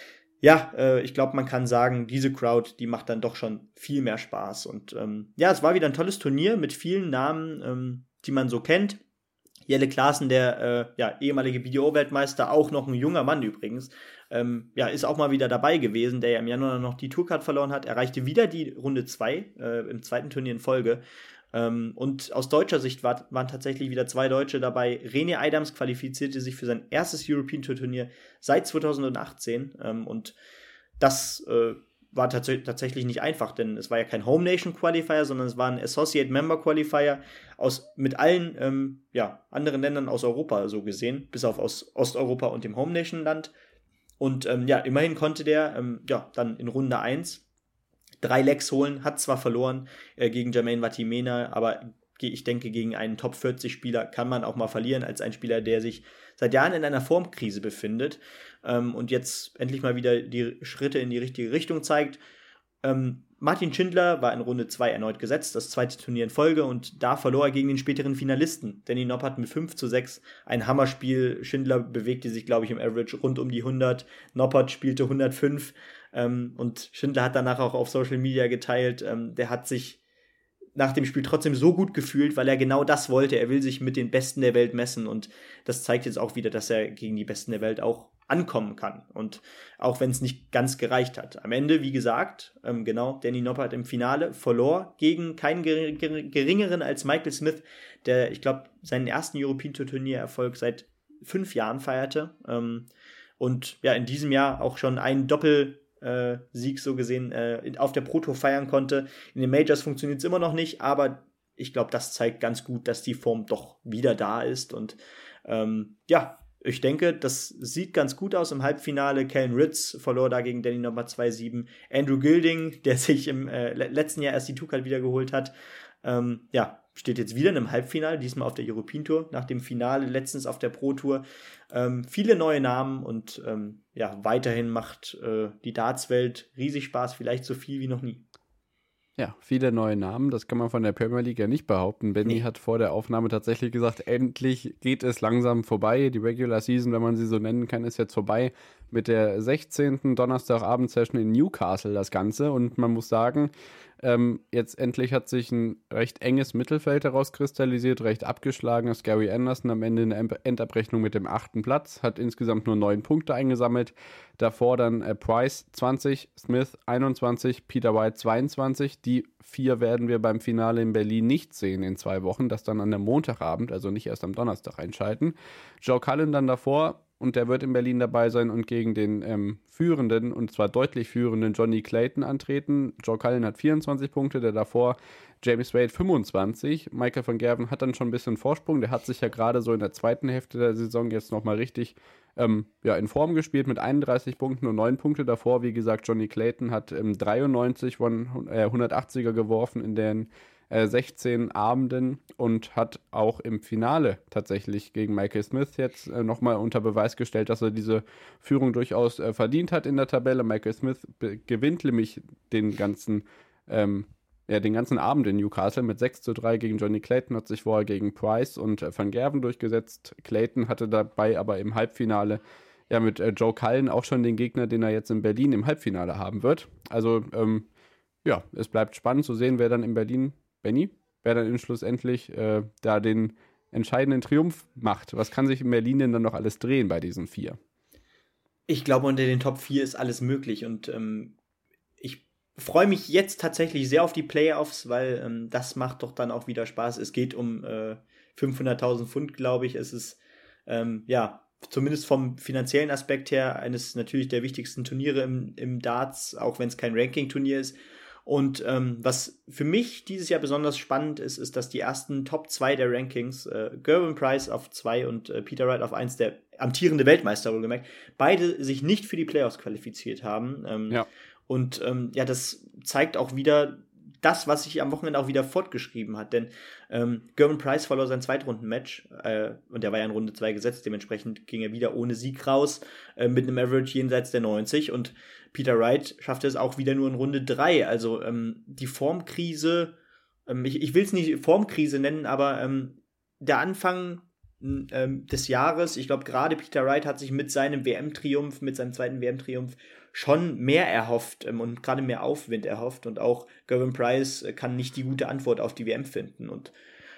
ja, äh, ich glaube, man kann sagen, diese Crowd, die macht dann doch schon viel mehr Spaß. Und ähm, ja, es war wieder ein tolles Turnier mit vielen Namen, ähm, die man so kennt. Jelle Klaassen, der äh, ja, ehemalige B D O-Weltmeister, auch noch ein junger Mann übrigens, ähm, ja, ist auch mal wieder dabei gewesen, der ja im Januar noch die Tourcard verloren hat, erreichte wieder die Runde zwei äh, im zweiten Turnier in Folge. Ähm, und aus deutscher Sicht war, waren tatsächlich wieder zwei Deutsche dabei. René Adams qualifizierte sich für sein erstes European Tour Turnier seit zweitausendachtzehn ähm, und das äh, war tats- tatsächlich nicht einfach, denn es war ja kein Home Nation Qualifier, sondern es war ein Associate Member Qualifier aus, mit allen ähm, ja, anderen Ländern aus Europa so gesehen, bis auf aus Osteuropa und dem Home Nation Land. Und ähm, ja, immerhin konnte der ähm, ja, dann in Runde eins drei Lecks holen, hat zwar verloren äh, gegen Jermaine Vatimena, aber ich denke, gegen einen Top vierzig Spieler kann man auch mal verlieren, als ein Spieler, der sich seit Jahren in einer Formkrise befindet ähm, und jetzt endlich mal wieder die Schritte in die richtige Richtung zeigt. Ähm, Martin Schindler war in Runde zwei erneut gesetzt, das zweite Turnier in Folge, und da verlor er gegen den späteren Finalisten. Danny Noppert mit fünf zu sechs, ein Hammerspiel. Schindler bewegte sich, glaube ich, im Average rund um die hundert. Noppert spielte hundertfünf. Ähm, und Schindler hat danach auch auf Social Media geteilt, ähm, der hat sich nach dem Spiel trotzdem so gut gefühlt, weil er genau das wollte. Er will sich mit den Besten der Welt messen, und das zeigt jetzt auch wieder, dass er gegen die Besten der Welt auch ankommen kann. Und auch wenn es nicht ganz gereicht hat. Am Ende, wie gesagt, ähm, genau, Danny Noppert im Finale verlor gegen keinen ger- ger- geringeren als Michael Smith, der, ich glaube, seinen ersten European Tour Turniererfolg seit fünf Jahren feierte. Ähm, und ja, in diesem Jahr auch schon einen Doppel Äh, Sieg so gesehen äh, auf der Pro Tour feiern konnte. In den Majors funktioniert es immer noch nicht, aber ich glaube, das zeigt ganz gut, dass die Form doch wieder da ist. Und ähm, ja, ich denke, das sieht ganz gut aus im Halbfinale. Kellen Ritz verlor da gegen Danny Noppert zwei sieben. Andrew Gilding, der sich im äh, letzten Jahr erst die Tourcard wieder geholt hat, ähm, ja, steht jetzt wieder in einem Halbfinale, diesmal auf der European Tour, nach dem Finale letztens auf der Pro Tour. Ähm, viele neue Namen, und ähm, ja, weiterhin macht äh, die Dartswelt riesig Spaß, vielleicht so viel wie noch nie. Ja, viele neue Namen, das kann man von der Premier League ja nicht behaupten. Benny Nee. hat vor der Aufnahme tatsächlich gesagt, endlich geht es langsam vorbei. Die Regular Season, wenn man sie so nennen kann, ist jetzt vorbei. Mit der sechzehnten Donnerstagabend-Session in Newcastle das Ganze. Und man muss sagen, ähm, jetzt endlich hat sich ein recht enges Mittelfeld herauskristallisiert, recht abgeschlagen ist Gary Anderson am Ende in der Endabrechnung mit dem achten Platz, hat insgesamt nur neun Punkte eingesammelt. Davor dann äh, Price zwanzig, Smith einundzwanzig, Peter White zweiundzwanzig. Die vier werden wir beim Finale in Berlin nicht sehen in zwei Wochen, das dann an der Montagabend, also nicht erst am Donnerstag einschalten. Joe Cullen dann davor, und der wird in Berlin dabei sein und gegen den ähm, führenden, und zwar deutlich führenden Johnny Clayton antreten. Joe Cullen hat vierundzwanzig Punkte, der davor James Wade fünfundzwanzig. Michael van Gerwen hat dann schon ein bisschen Vorsprung, der hat sich ja gerade so in der zweiten Hälfte der Saison jetzt nochmal richtig ähm, ja, in Form gespielt mit einunddreißig Punkten und neun Punkte davor. Wie gesagt, Johnny Clayton hat ähm, dreiundneunzig von äh, hundertachtziger geworfen in den äh, sechzehn Abenden und hat auch im Finale tatsächlich gegen Michael Smith jetzt äh, nochmal unter Beweis gestellt, dass er diese Führung durchaus äh, verdient hat in der Tabelle. Michael Smith be- gewinnt nämlich den ganzen ähm, ja, den ganzen Abend in Newcastle mit sechs zu drei gegen Johnny Clayton, hat sich vorher gegen Price und äh, Van Gerwen durchgesetzt. Clayton hatte dabei aber im Halbfinale ja mit äh, Joe Cullen auch schon den Gegner, den er jetzt in Berlin im Halbfinale haben wird. Also ähm, ja, es bleibt spannend zu sehen, wer dann in Berlin, Benny, wer dann schlussendlich äh, da den entscheidenden Triumph macht. Was kann sich in Berlin denn dann noch alles drehen bei diesen vier? Ich glaube, unter den Top vier ist alles möglich, und ähm, ich freue mich jetzt tatsächlich sehr auf die Playoffs, weil ähm, das macht doch dann auch wieder Spaß. Es geht um äh, fünfhunderttausend Pfund, glaube ich. Es ist, ähm, ja, zumindest vom finanziellen Aspekt her eines natürlich der wichtigsten Turniere im, im Darts, auch wenn es kein Ranking-Turnier ist. Und ähm, was für mich dieses Jahr besonders spannend ist, ist, dass die ersten Top zwei der Rankings, äh, Gervin Price auf zwei und äh, Peter Wright auf eins, der amtierende Weltmeister wohlgemerkt, beide sich nicht für die Playoffs qualifiziert haben. Ähm, ja. Und ähm, ja, das zeigt auch wieder das, was sich am Wochenende auch wieder fortgeschrieben hat. Denn ähm, Gervin Price verlor sein Zweitrunden-Match äh, und der war ja in Runde zwei gesetzt. Dementsprechend ging er wieder ohne Sieg raus äh, mit einem Average jenseits der neunzig. Und Peter Wright schaffte es auch wieder nur in Runde drei. Also ähm, die Formkrise, ähm, ich, ich will es nicht Formkrise nennen, aber ähm, der Anfang ähm, des Jahres, ich glaube gerade Peter Wright hat sich mit seinem W M-Triumph, mit seinem zweiten W M-Triumph schon mehr erhofft ähm, und gerade mehr Aufwind erhofft. Und auch Gervin Price äh, kann nicht die gute Antwort auf die W M finden. Und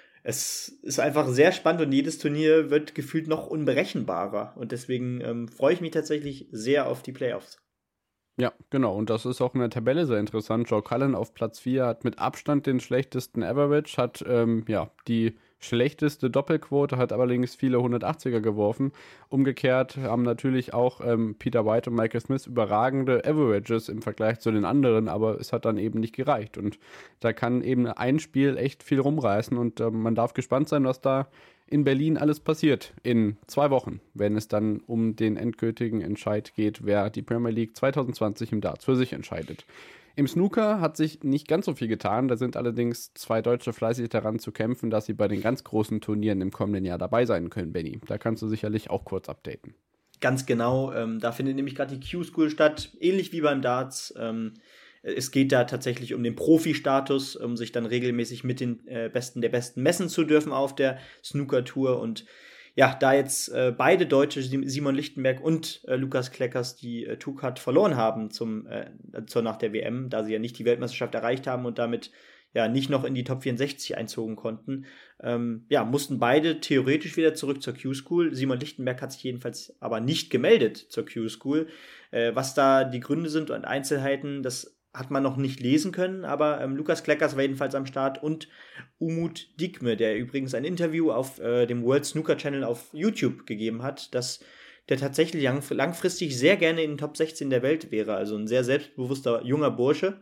es ist einfach sehr spannend und jedes Turnier wird gefühlt noch unberechenbarer. Und deswegen ähm, freue ich mich tatsächlich sehr auf die Playoffs. Ja, genau. Und das ist auch in der Tabelle sehr interessant. Joe Cullen auf Platz vier hat mit Abstand den schlechtesten Average, hat ähm, ja die schlechteste Doppelquote, hat allerdings viele hundertachtziger geworfen. Umgekehrt haben natürlich auch ähm, Peter White und Michael Smith überragende Averages im Vergleich zu den anderen, aber es hat dann eben nicht gereicht. Und da kann eben ein Spiel echt viel rumreißen und äh, man darf gespannt sein, was da in Berlin alles passiert in zwei Wochen, wenn es dann um den endgültigen Entscheid geht, wer die Premier League zwanzig zwanzig im Darts für sich entscheidet. Im Snooker hat sich nicht ganz so viel getan, da sind allerdings zwei Deutsche fleißig daran zu kämpfen, dass sie bei den ganz großen Turnieren im kommenden Jahr dabei sein können, Benny. Da kannst du sicherlich auch kurz updaten. Ganz genau, ähm, da findet nämlich gerade die Q-School statt, ähnlich wie beim Darts. Ähm, es geht da tatsächlich um den Profi-Status, um sich dann regelmäßig mit den äh, Besten der Besten messen zu dürfen auf der Snooker-Tour. Und ja, da jetzt äh, beide Deutsche, Simon Lichtenberg und äh, Lukas Kleckers, die äh, Tourcard verloren haben zum, äh, zur nach der W M, da sie ja nicht die Weltmeisterschaft erreicht haben und damit ja nicht noch in die Top vierundsechzig einzogen konnten, ähm, ja, mussten beide theoretisch wieder zurück zur Q-School. Simon Lichtenberg hat sich jedenfalls aber nicht gemeldet zur Q-School. Äh, was da die Gründe sind und Einzelheiten, das hat man noch nicht lesen können, aber ähm, Lukas Kleckers war jedenfalls am Start und Umut Dikme, der übrigens ein Interview auf äh, dem World Snooker Channel auf YouTube gegeben hat, dass der tatsächlich lang, langfristig sehr gerne in den Top sechzehn der Welt wäre, also ein sehr selbstbewusster junger Bursche.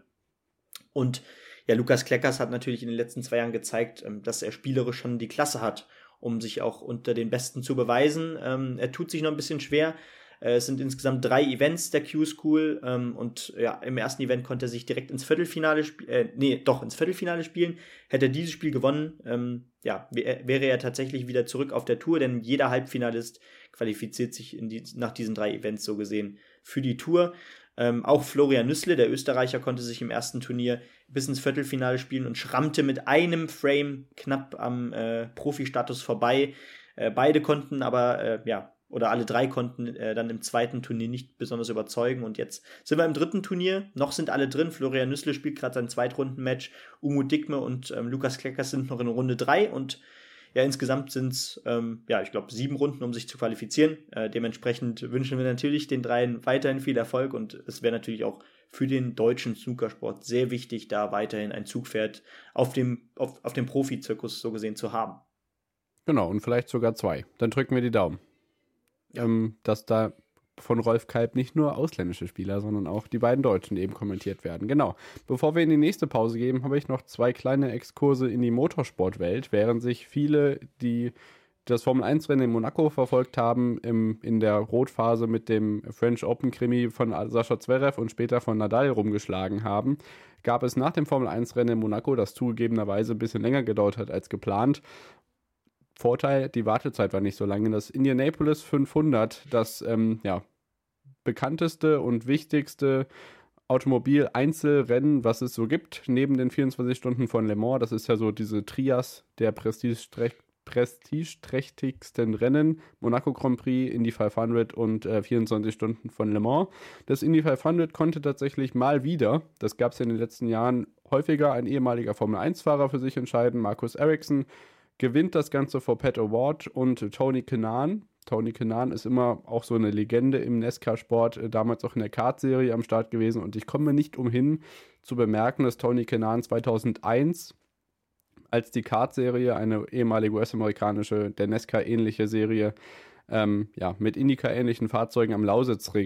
Und ja, Lukas Kleckers hat natürlich in den letzten zwei Jahren gezeigt, ähm, dass er spielerisch schon die Klasse hat, um sich auch unter den Besten zu beweisen. Ähm, er tut sich noch ein bisschen schwer. Es sind insgesamt drei Events der Q-School ähm, und ja, im ersten Event konnte er sich direkt ins Viertelfinale spielen, äh, nee, doch ins Viertelfinale spielen. Hätte er dieses Spiel gewonnen, ähm, ja, wär, wäre er tatsächlich wieder zurück auf der Tour, denn jeder Halbfinalist qualifiziert sich in die, nach diesen drei Events so gesehen für die Tour. Ähm, auch Florian Nüssle, der Österreicher, konnte sich im ersten Turnier bis ins Viertelfinale spielen und schrammte mit einem Frame knapp am äh, Profi-Status vorbei. Äh, beide konnten aber, äh, ja, oder alle drei konnten äh, dann im zweiten Turnier nicht besonders überzeugen. Und jetzt sind wir im dritten Turnier. Noch sind alle drin. Florian Nüssle spielt gerade sein Zweitrunden-Match. Umut Dikme und ähm, Lukas Kleckers sind noch in Runde drei. Und ja, insgesamt sind es, ähm, ja, ich glaube, sieben Runden, um sich zu qualifizieren. Äh, dementsprechend wünschen wir natürlich den dreien weiterhin viel Erfolg. Und es wäre natürlich auch für den deutschen Snookersport sehr wichtig, da weiterhin ein Zugpferd auf dem, auf, auf dem Profi-Zirkus so gesehen zu haben. Genau, und vielleicht sogar zwei. Dann drücken wir die Daumen. Ja. Ähm, dass da von Rolf Kalb nicht nur ausländische Spieler, sondern auch die beiden Deutschen eben kommentiert werden. Genau. Bevor wir in die nächste Pause gehen, habe ich noch zwei kleine Exkurse in die Motorsportwelt, während sich viele, die das Formel eins Rennen in Monaco verfolgt haben, im, in der Rotphase mit dem French Open Krimi von Sascha Zverev und später von Nadal rumgeschlagen haben, gab es nach dem Formel eins Rennen in Monaco, das zugegebenerweise ein bisschen länger gedauert hat als geplant, Vorteil, die Wartezeit war nicht so lange. Das Indianapolis fünfhundert, das ähm, ja, bekannteste und wichtigste Automobil-Einzelrennen, was es so gibt, neben den vierundzwanzig Stunden von Le Mans. Das ist ja so diese Trias der prestigeträchtigsten Rennen. Monaco Grand Prix, Indy fünfhundert und äh, vierundzwanzig Stunden von Le Mans. Das Indy fünfhundert konnte tatsächlich mal wieder, das gab es in den letzten Jahren häufiger, ein ehemaliger Formel eins Fahrer für sich entscheiden, Marcus Ericsson, gewinnt das Ganze vor Pat O'Ward und Tony Kanaan. Tony Kanaan ist immer auch so eine Legende im NASCAR-Sport, äh, damals auch in der Kart-Serie am Start gewesen. Und ich komme nicht umhin zu bemerken, dass Tony Kanaan zweitausendeins, als die Kart-Serie, eine ehemalige U S-amerikanische, der NASCAR-ähnliche Serie, ähm, ja, mit Indica-ähnlichen Fahrzeugen am Lausitzring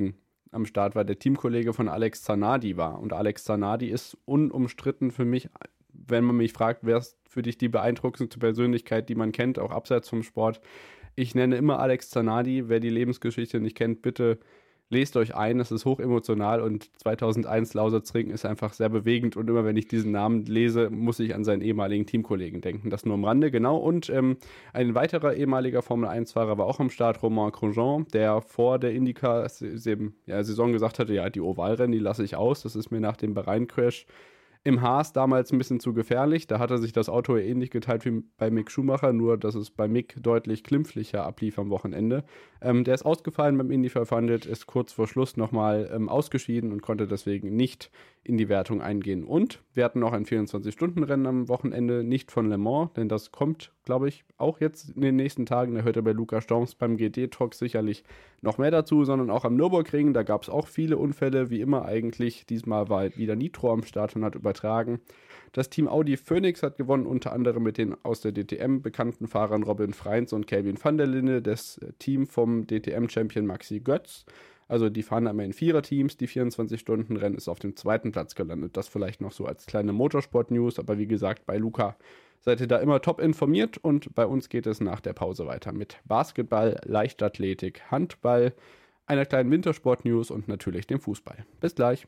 am Start war, der Teamkollege von Alex Zanardi war. Und Alex Zanardi ist unumstritten für mich, wenn man mich fragt, wer ist für dich die beeindruckendste Persönlichkeit, die man kennt, auch abseits vom Sport. Ich nenne immer Alex Zanardi. Wer die Lebensgeschichte nicht kennt, bitte lest euch ein. Es ist hochemotional und zweitausendeins Lausitzring ist einfach sehr bewegend. Und immer wenn ich diesen Namen lese, muss ich an seinen ehemaligen Teamkollegen denken. Das nur am Rande, genau. Und ähm, ein weiterer ehemaliger Formel eins Fahrer war auch am Start, Romain Grosjean, der vor der IndyCar-Saison gesagt hatte, ja, die Ovalrennen, die lasse ich aus. Das ist mir nach dem Bahrain-Crash im Haas damals ein bisschen zu gefährlich. Da hat er sich das Auto ähnlich geteilt wie bei Mick Schumacher, nur dass es bei Mick deutlich klimpflicher ablief am Wochenende. Ähm, der ist ausgefallen beim Indy five hundred, ist kurz vor Schluss nochmal ähm, ausgeschieden und konnte deswegen nicht in die Wertung eingehen. Und wir hatten noch ein vierundzwanzig-Stunden-Rennen am Wochenende, nicht von Le Mans, denn das kommt, glaube ich, auch jetzt in den nächsten Tagen. Da hört ihr bei Luca Storms beim G D-Talk sicherlich noch mehr dazu, sondern auch am Nürburgring. Da gab es auch viele Unfälle, wie immer eigentlich. Diesmal war wieder Nitro am Start und hat übertragen. Das Team Audi Phoenix hat gewonnen, unter anderem mit den aus der D T M bekannten Fahrern Robin Freins und Kelvin van der Linde, das Team vom D T M-Champion Maxi Götz. Also die fahren einmal in Viererteams, die vierundzwanzig-Stunden-Rennen ist auf dem zweiten Platz gelandet. Das vielleicht noch so als kleine Motorsport-News, aber wie gesagt, bei Luca seid ihr da immer top informiert und bei uns geht es nach der Pause weiter mit Basketball, Leichtathletik, Handball, einer kleinen Wintersport-News und natürlich dem Fußball. Bis gleich.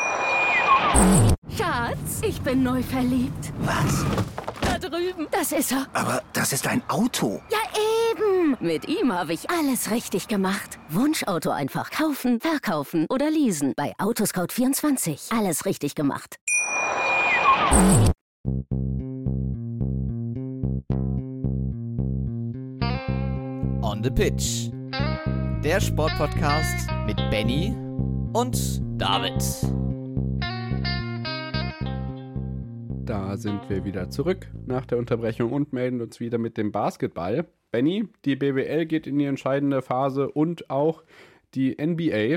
Schatz, ich bin neu verliebt. Was? Da drüben. Das ist er. Aber das ist ein Auto. Ja, eben. Mit ihm habe ich alles richtig gemacht. Wunschauto einfach kaufen, verkaufen oder leasen. Bei Autoscout vierundzwanzig. Alles richtig gemacht. On the Pitch. Der Sportpodcast mit Benny und David. Da sind wir wieder zurück nach der Unterbrechung und melden uns wieder mit dem Basketball. Benny, die B B L geht in die entscheidende Phase und auch die N B A.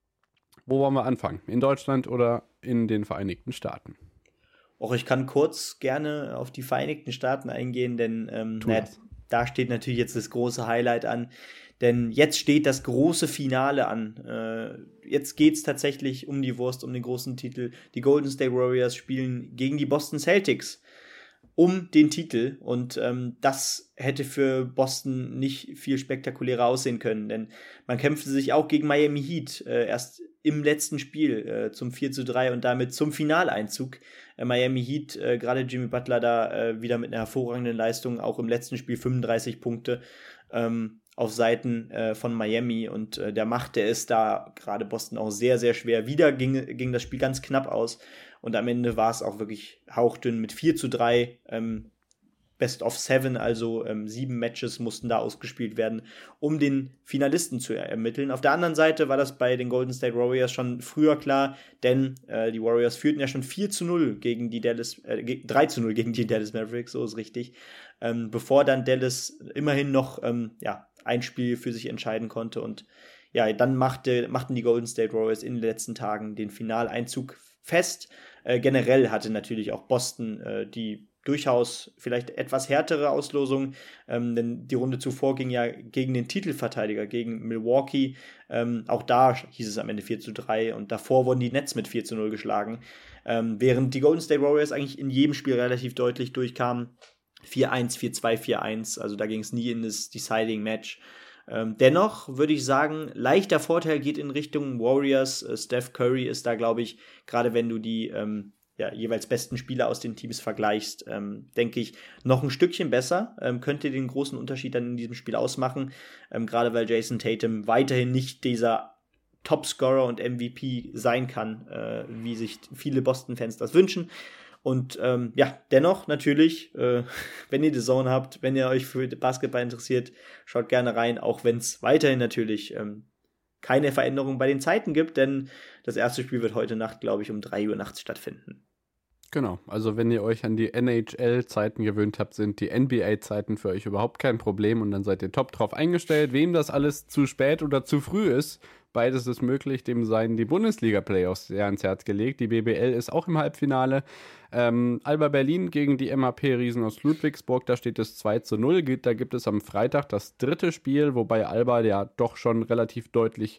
Wo wollen wir anfangen? In Deutschland oder in den Vereinigten Staaten? Auch ich kann kurz gerne auf die Vereinigten Staaten eingehen, denn ähm, na, da steht natürlich jetzt das große Highlight an. Denn jetzt steht das große Finale an. Äh, jetzt geht es tatsächlich um die Wurst, um den großen Titel. Die Golden State Warriors spielen gegen die Boston Celtics um den Titel. Und ähm, das hätte für Boston nicht viel spektakulärer aussehen können. Denn man kämpfte sich auch gegen Miami Heat äh, erst im letzten Spiel äh, zum vier zu drei und damit zum Finaleinzug. Äh, Miami Heat, äh, gerade Jimmy Butler da äh, wieder mit einer hervorragenden Leistung, auch im letzten Spiel fünfunddreißig Punkte. Ähm, auf Seiten äh, von Miami und äh, der machte es da gerade Boston auch sehr, sehr schwer. Wieder ging, ging das Spiel ganz knapp aus und am Ende war es auch wirklich hauchdünn mit vier zu drei, ähm, Best of Seven, also ähm, sieben Matches mussten da ausgespielt werden, um den Finalisten zu ermitteln. Auf der anderen Seite war das bei den Golden State Warriors schon früher klar, denn äh, die Warriors führten ja schon vier zu null gegen die Dallas, äh, drei zu null gegen die Dallas Mavericks, so ist richtig, ähm, bevor dann Dallas immerhin noch, ähm, ja, ein Spiel für sich entscheiden konnte und ja, dann machte, machten die Golden State Warriors in den letzten Tagen den Finaleinzug fest. Äh, generell hatte natürlich auch Boston äh, die durchaus vielleicht etwas härtere Auslosung, ähm, denn die Runde zuvor ging ja gegen den Titelverteidiger, gegen Milwaukee. Ähm, auch da hieß es am Ende vier zu drei und davor wurden die Nets mit vier zu null geschlagen, ähm, während die Golden State Warriors eigentlich in jedem Spiel relativ deutlich durchkamen. vier eins, vier zwei, vier eins, also da ging es nie in das Deciding Match. Ähm, dennoch würde ich sagen, leichter Vorteil geht in Richtung Warriors. Äh, Steph Curry ist da, glaube ich, gerade wenn du die ähm, ja, jeweils besten Spieler aus den Teams vergleichst, ähm, denke ich, noch ein Stückchen besser. Ähm, könnte den großen Unterschied dann in diesem Spiel ausmachen, ähm, gerade weil Jason Tatum weiterhin nicht dieser Topscorer und M V P sein kann, äh, wie sich viele Boston-Fans das wünschen. Und ähm, ja, dennoch natürlich, äh, wenn ihr die Zone habt, wenn ihr euch für Basketball interessiert, schaut gerne rein, auch wenn es weiterhin natürlich ähm, keine Veränderung bei den Zeiten gibt, denn das erste Spiel wird heute Nacht, glaube ich, um drei Uhr nachts stattfinden. Genau, also wenn ihr euch an die N H L-Zeiten gewöhnt habt, sind die N B A-Zeiten für euch überhaupt kein Problem und dann seid ihr top drauf eingestellt. Wem das alles zu spät oder zu früh ist, beides ist möglich, dem seien die Bundesliga-Playoffs sehr ans Herz gelegt. Die B B L ist auch im Halbfinale. Ähm, Alba Berlin gegen die M H P-Riesen aus Ludwigsburg, da steht es zwei zu null. Da gibt es am Freitag das dritte Spiel, wobei Alba ja doch schon relativ deutlich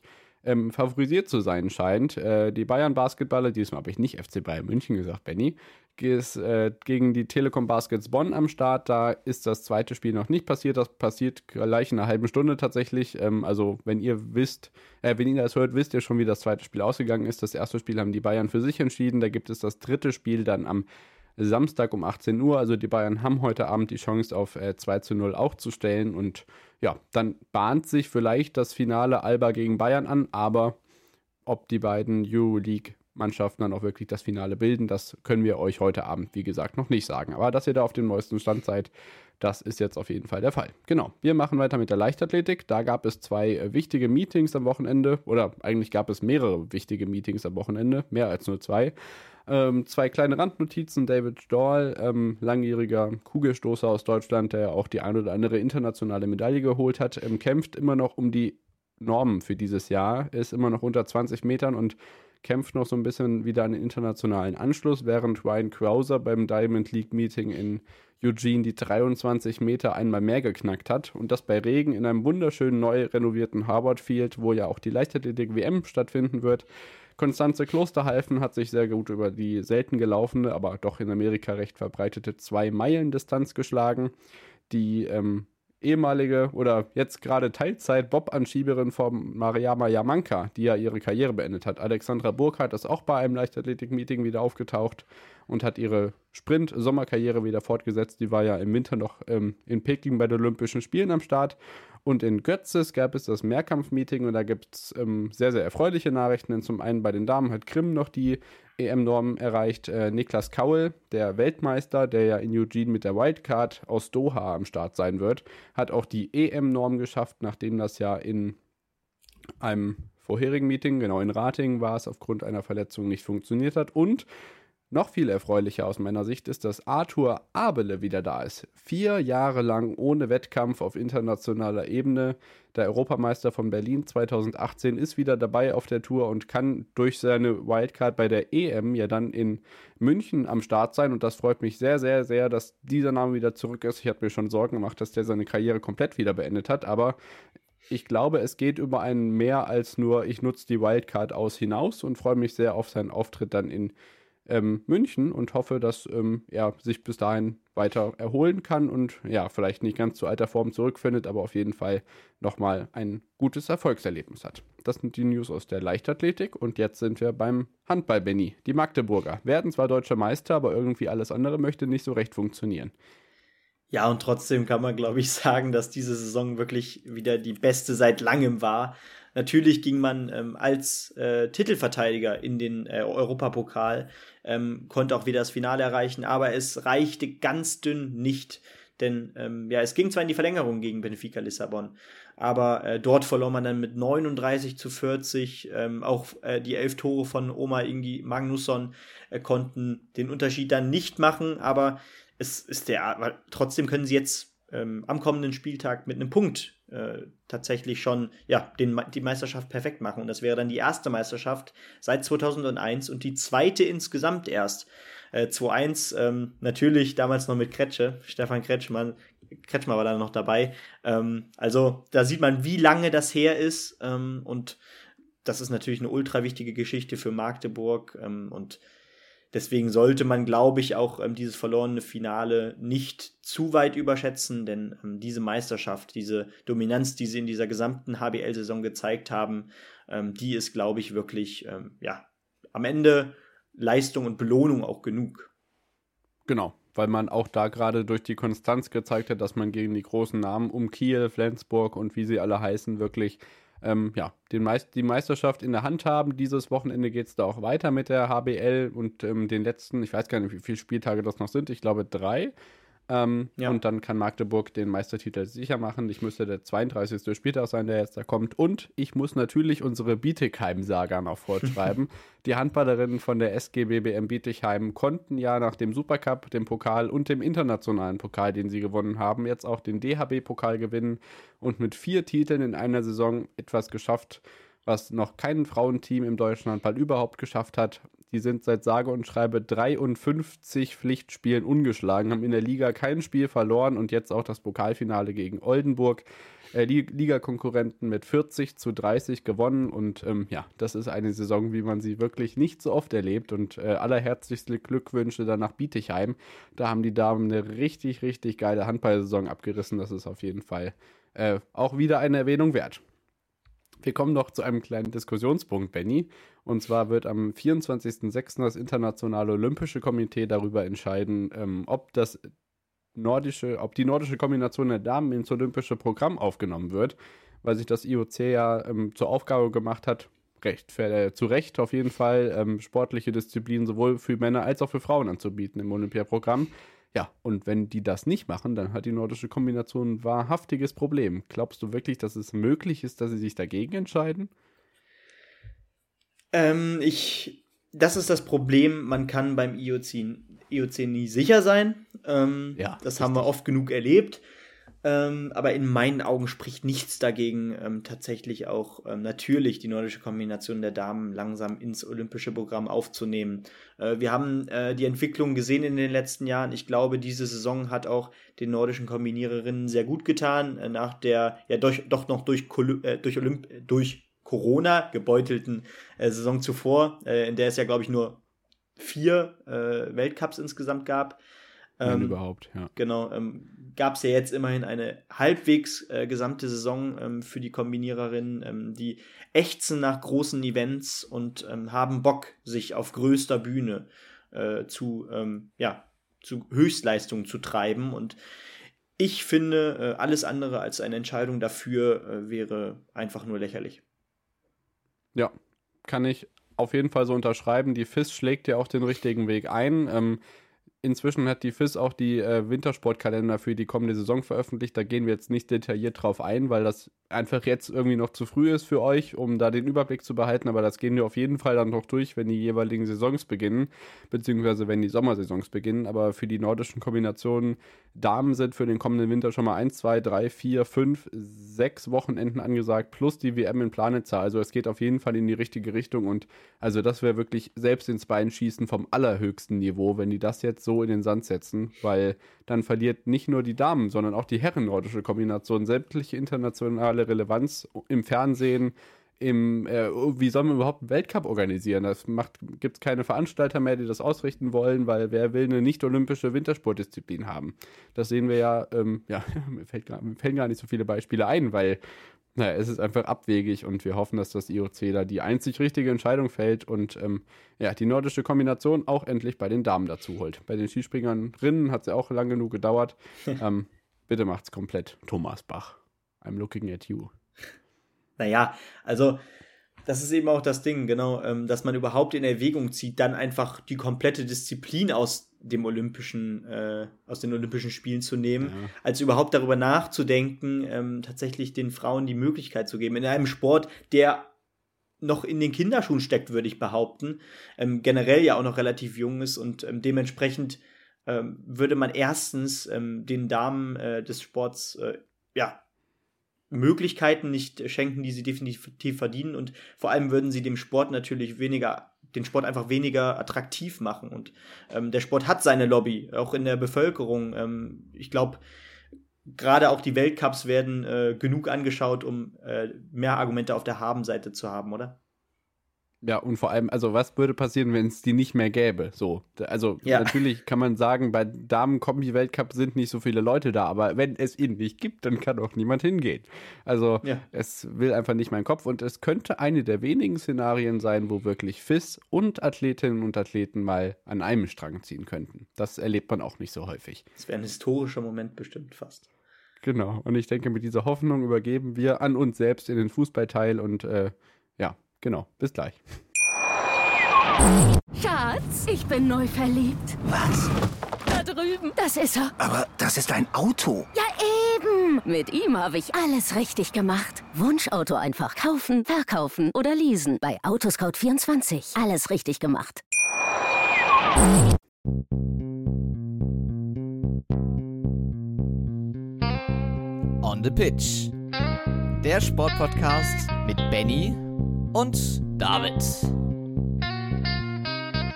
ähm, favorisiert zu sein scheint. Äh, die Bayern-Basketballer, diesmal habe ich nicht F C Bayern München gesagt, Benny, ist äh, gegen die Telekom Baskets Bonn am Start. Da ist das zweite Spiel noch nicht passiert. Das passiert gleich in einer halben Stunde tatsächlich. Ähm, also wenn ihr wisst, äh, wenn ihr das hört, wisst ihr schon, wie das zweite Spiel ausgegangen ist. Das erste Spiel haben die Bayern für sich entschieden. Da gibt es das dritte Spiel dann am Samstag um achtzehn Uhr. Also die Bayern haben heute Abend die Chance auf äh, zwei zu null auch zu stellen. Und ja, dann bahnt sich vielleicht das Finale Alba gegen Bayern an. Aber ob die beiden Euroleague Mannschaften dann auch wirklich das Finale bilden, das können wir euch heute Abend, wie gesagt, noch nicht sagen. Aber dass ihr da auf dem neuesten Stand seid, das ist jetzt auf jeden Fall der Fall. Genau, wir machen weiter mit der Leichtathletik. Da gab es zwei äh, wichtige Meetings am Wochenende, oder eigentlich gab es mehrere wichtige Meetings am Wochenende, mehr als nur zwei. Ähm, zwei kleine Randnotizen. David Storl, ähm, langjähriger Kugelstoßer aus Deutschland, der auch die ein oder andere internationale Medaille geholt hat, ähm, kämpft immer noch um die Normen für dieses Jahr, ist immer noch unter zwanzig Metern und kämpft noch so ein bisschen wieder einen internationalen Anschluss, während Ryan Krauser beim Diamond League Meeting in Eugene die dreiundzwanzig Meter einmal mehr geknackt hat. Und das bei Regen in einem wunderschönen neu renovierten Harvard Field, wo ja auch die Leichtathletik-W M stattfinden wird. Konstanze Klosterhalfen hat sich sehr gut über die selten gelaufene, aber doch in Amerika recht verbreitete zwei Meilen Distanz geschlagen. Die ähm, ehemalige oder jetzt gerade Teilzeit-Bob-Anschieberin von Mariama Yamanka, die ja ihre Karriere beendet hat. Alexandra Burkhardt ist auch bei einem Leichtathletik-Meeting wieder aufgetaucht und hat ihre Sprint-Sommerkarriere wieder fortgesetzt. Die war ja im Winter noch ähm, in Peking bei den Olympischen Spielen am Start. Und in Götzes gab es das Mehrkampf-Meeting und da gibt es ähm, sehr, sehr erfreuliche Nachrichten. Denn zum einen bei den Damen hat Grimm noch die E M-Norm erreicht. Äh, Niklas Kaul, der Weltmeister, der ja in Eugene mit der Wildcard aus Doha am Start sein wird, hat auch die E M-Norm geschafft, nachdem das ja in einem vorherigen Meeting, genau in Rating war es, aufgrund einer Verletzung nicht funktioniert hat. Und noch viel erfreulicher aus meiner Sicht ist, dass Arthur Abele wieder da ist. Vier Jahre lang ohne Wettkampf auf internationaler Ebene. Der Europameister von Berlin zweitausendachtzehn ist wieder dabei auf der Tour und kann durch seine Wildcard bei der E M ja dann in München am Start sein. Und das freut mich sehr, sehr, sehr, dass dieser Name wieder zurück ist. Ich habe mir schon Sorgen gemacht, dass der seine Karriere komplett wieder beendet hat. Aber ich glaube, es geht über einen mehr als nur, ich nutze die Wildcard aus hinaus und freue mich sehr auf seinen Auftritt dann in Ähm, München und hoffe, dass ähm, er sich bis dahin weiter erholen kann und ja, vielleicht nicht ganz zu alter Form zurückfindet, aber auf jeden Fall nochmal ein gutes Erfolgserlebnis hat. Das sind die News aus der Leichtathletik und jetzt sind wir beim Handball, Benny. Die Magdeburger werden zwar deutscher Meister, aber irgendwie alles andere möchte nicht so recht funktionieren. Ja, und trotzdem kann man, glaube ich, sagen, dass diese Saison wirklich wieder die beste seit langem war. Natürlich ging man ähm, als äh, Titelverteidiger in den äh, Europapokal, ähm, konnte auch wieder das Finale erreichen, aber es reichte ganz dünn nicht, denn ähm, ja, es ging zwar in die Verlängerung gegen Benfica Lissabon, aber äh, dort verlor man dann mit neununddreißig zu vierzig, ähm, auch äh, die elf Tore von Omar Ingi Magnusson äh, konnten den Unterschied dann nicht machen, aber es ist der, aber trotzdem können sie jetzt ähm, am kommenden Spieltag mit einem Punkt äh, tatsächlich schon ja, den, die Meisterschaft perfekt machen. Und das wäre dann die erste Meisterschaft seit zweitausendeins und die zweite insgesamt erst. Äh, zwei eins, ähm, natürlich damals noch mit Kretsche, Stefan Kretschmann, Kretschmann war da noch dabei. Ähm, also da sieht man, wie lange das her ist. Ähm, und das ist natürlich eine ultra wichtige Geschichte für Magdeburg. Ähm, und deswegen sollte man, glaube ich, auch ähm, dieses verlorene Finale nicht zu weit überschätzen, denn ähm, diese Meisterschaft, diese Dominanz, die sie in dieser gesamten H B L-Saison gezeigt haben, ähm, die ist, glaube ich, wirklich, ähm, ja, am Ende Leistung und Belohnung auch genug. Genau, weil man auch da gerade durch die Konstanz gezeigt hat, dass man gegen die großen Namen um Kiel, Flensburg und wie sie alle heißen, wirklich Ähm, ja, den Meist- die Meisterschaft in der Hand haben. Dieses Wochenende geht es da auch weiter mit der H B L und ähm, den letzten, ich weiß gar nicht, wie viele Spieltage das noch sind, ich glaube drei. Ähm, ja. Und dann kann Magdeburg den Meistertitel sicher machen. Ich müsste der zweiunddreißigste Spieltag sein, der jetzt da kommt. Und ich muss natürlich unsere Bietigheim-Saga noch fortschreiben. Die Handballerinnen von der S G B B M Bietigheim konnten ja nach dem Supercup, dem Pokal und dem internationalen Pokal, den sie gewonnen haben, jetzt auch den D H B-Pokal gewinnen und mit vier Titeln in einer Saison etwas geschafft, was noch kein Frauenteam im deutschen Handball überhaupt geschafft hat. Die sind seit sage und schreibe dreiundfünfzig Pflichtspielen ungeschlagen, haben in der Liga kein Spiel verloren und jetzt auch das Pokalfinale gegen Oldenburg. Äh, Ligakonkurrenten mit vierzig zu dreißig gewonnen und ähm, ja, das ist eine Saison, wie man sie wirklich nicht so oft erlebt und äh, allerherzlichste Glückwünsche dann nach Bietigheim. Da haben die Damen eine richtig, richtig geile Handballsaison abgerissen. Das ist auf jeden Fall äh, auch wieder eine Erwähnung wert. Wir kommen noch zu einem kleinen Diskussionspunkt, Benny. Und zwar wird am vierundzwanzigsten sechsten das Internationale Olympische Komitee darüber entscheiden, ähm, ob das nordische, ob die nordische Kombination der Damen ins olympische Programm aufgenommen wird, weil sich das I O C ja ähm, zur Aufgabe gemacht hat, recht, äh, zu Recht auf jeden Fall, ähm, sportliche Disziplinen sowohl für Männer als auch für Frauen anzubieten im Olympiaprogramm. Ja, und wenn die das nicht machen, dann hat die nordische Kombination ein wahrhaftiges Problem. Glaubst du wirklich, dass es möglich ist, dass sie sich dagegen entscheiden? Ähm, ich, das ist das Problem, man kann beim I O C, I O C nie sicher sein. Ähm, ja, das haben wir oft genug erlebt. Ähm, aber in meinen Augen spricht nichts dagegen, ähm, tatsächlich auch ähm, natürlich die nordische Kombination der Damen langsam ins olympische Programm aufzunehmen. Äh, wir haben äh, die Entwicklung gesehen in den letzten Jahren. Ich glaube, diese Saison hat auch den nordischen Kombiniererinnen sehr gut getan, äh, nach der ja durch, doch noch durch, Kol- äh, durch, Olymp- durch Corona gebeutelten äh, Saison zuvor, äh, in der es ja, glaube ich, nur vier äh, Weltcups insgesamt gab. Wenn Ähm, überhaupt, ja. Genau, ähm, gab es ja jetzt immerhin eine halbwegs äh, gesamte Saison ähm, für die Kombiniererinnen, ähm, die ächzen nach großen Events und ähm, haben Bock, sich auf größter Bühne äh, zu, ähm, ja, zu Höchstleistungen zu treiben. Und ich finde, äh, alles andere als eine Entscheidung dafür äh, wäre einfach nur lächerlich. Ja, kann ich auf jeden Fall so unterschreiben. Die F I S schlägt ja auch den richtigen Weg ein. Ähm, Inzwischen hat die F I S auch die äh, Wintersportkalender für die kommende Saison veröffentlicht. Da gehen wir jetzt nicht detailliert drauf ein, weil das einfach jetzt irgendwie noch zu früh ist für euch, um da den Überblick zu behalten. Aber das gehen wir auf jeden Fall dann noch durch, wenn die jeweiligen Saisons beginnen, beziehungsweise wenn die Sommersaisons beginnen. Aber für die nordischen Kombinationen Damen sind für den kommenden Winter schon mal eins, zwei, drei, vier, fünf, sechs Wochenenden angesagt, plus die W M in Planitza. Also es geht auf jeden Fall in die richtige Richtung. Und also das wäre wirklich selbst ins Bein schießen vom allerhöchsten Niveau, wenn die das jetzt so in den Sand setzen, weil dann verliert nicht nur die Damen, sondern auch die Herren nordische Kombination sämtliche internationale Relevanz im Fernsehen, im, äh, wie soll man überhaupt einen Weltcup organisieren? Das macht, gibt es keine Veranstalter mehr, die das ausrichten wollen, weil wer will eine nicht-olympische Wintersportdisziplin haben? Das sehen wir ja, ähm, ja, mir, fällt gar, mir fällen gar nicht so viele Beispiele ein, weil naja, es ist einfach abwegig und wir hoffen, dass das I O C da die einzig richtige Entscheidung fällt und ähm, ja, die nordische Kombination auch endlich bei den Damen dazu holt. Bei den Skispringerinnen hat es ja auch lang genug gedauert. ähm, bitte macht's komplett. Thomas Bach, I'm looking at you. Naja, also das ist eben auch das Ding, genau, ähm, dass man überhaupt in Erwägung zieht, dann einfach die komplette Disziplin aus dem Olympischen, äh, aus den Olympischen Spielen zu nehmen, ja. als überhaupt darüber nachzudenken, ähm, tatsächlich den Frauen die Möglichkeit zu geben, in einem Sport, der noch in den Kinderschuhen steckt, würde ich behaupten, ähm, generell ja auch noch relativ jung ist und ähm, dementsprechend ähm, würde man erstens ähm, den Damen äh, des Sports, äh, ja, Möglichkeiten nicht schenken, die sie definitiv verdienen und vor allem würden sie dem Sport natürlich weniger, den Sport einfach weniger attraktiv machen und ähm, der Sport hat seine Lobby, auch in der Bevölkerung. Ähm, ich glaube, gerade auch die Weltcups werden äh, genug angeschaut, um äh, mehr Argumente auf der Habenseite zu haben, oder? Ja, und vor allem, also was würde passieren, wenn es die nicht mehr gäbe? So, also ja. Natürlich kann man sagen, bei Damen-Kombi-Weltcup sind nicht so viele Leute da, aber wenn es ihn nicht gibt, dann kann auch niemand hingehen. Also ja. Es will einfach nicht mein Kopf und es könnte eine der wenigen Szenarien sein, wo wirklich F I S und Athletinnen und Athleten mal an einem Strang ziehen könnten. Das erlebt man auch nicht so häufig. Das wäre ein historischer Moment bestimmt fast. Genau, und ich denke, mit dieser Hoffnung übergeben wir an uns selbst in den Fußballteil und äh, ja, genau, bis gleich. Schatz, ich bin neu verliebt. Was? Da drüben. Das ist er. Aber das ist ein Auto. Ja, eben. Mit ihm habe ich alles richtig gemacht. Wunschauto einfach kaufen, verkaufen oder leasen. Bei Autoscout vierundzwanzig. Alles richtig gemacht. On the Pitch. Der Sportpodcast mit Benny und David.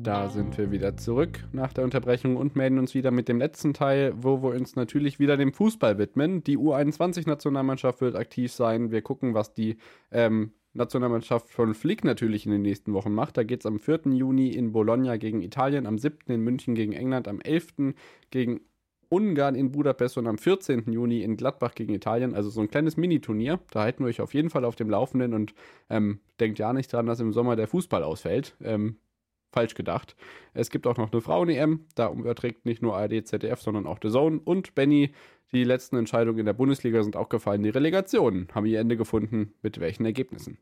Da sind wir wieder zurück nach der Unterbrechung und melden uns wieder mit dem letzten Teil, wo wir uns natürlich wieder dem Fußball widmen. Die U einundzwanzig-Nationalmannschaft wird aktiv sein. Wir gucken, was die ähm, Nationalmannschaft von Flick natürlich in den nächsten Wochen macht. Da geht es am vierten Juni in Bologna gegen Italien, am siebten in München gegen England, am elften gegen Ungarn in Budapest und am vierzehnten Juni in Gladbach gegen Italien. Also so ein kleines Mini-Turnier. Da halten wir euch auf jeden Fall auf dem Laufenden und ähm, denkt ja nicht dran, dass im Sommer der Fußball ausfällt. Ähm, falsch gedacht. Es gibt auch noch eine Frauen-E M. Da überträgt nicht nur A R D, Z D F, sondern auch The Zone. Und Benny, die letzten Entscheidungen in der Bundesliga sind auch gefallen. Die Relegationen haben ihr Ende gefunden. Mit welchen Ergebnissen?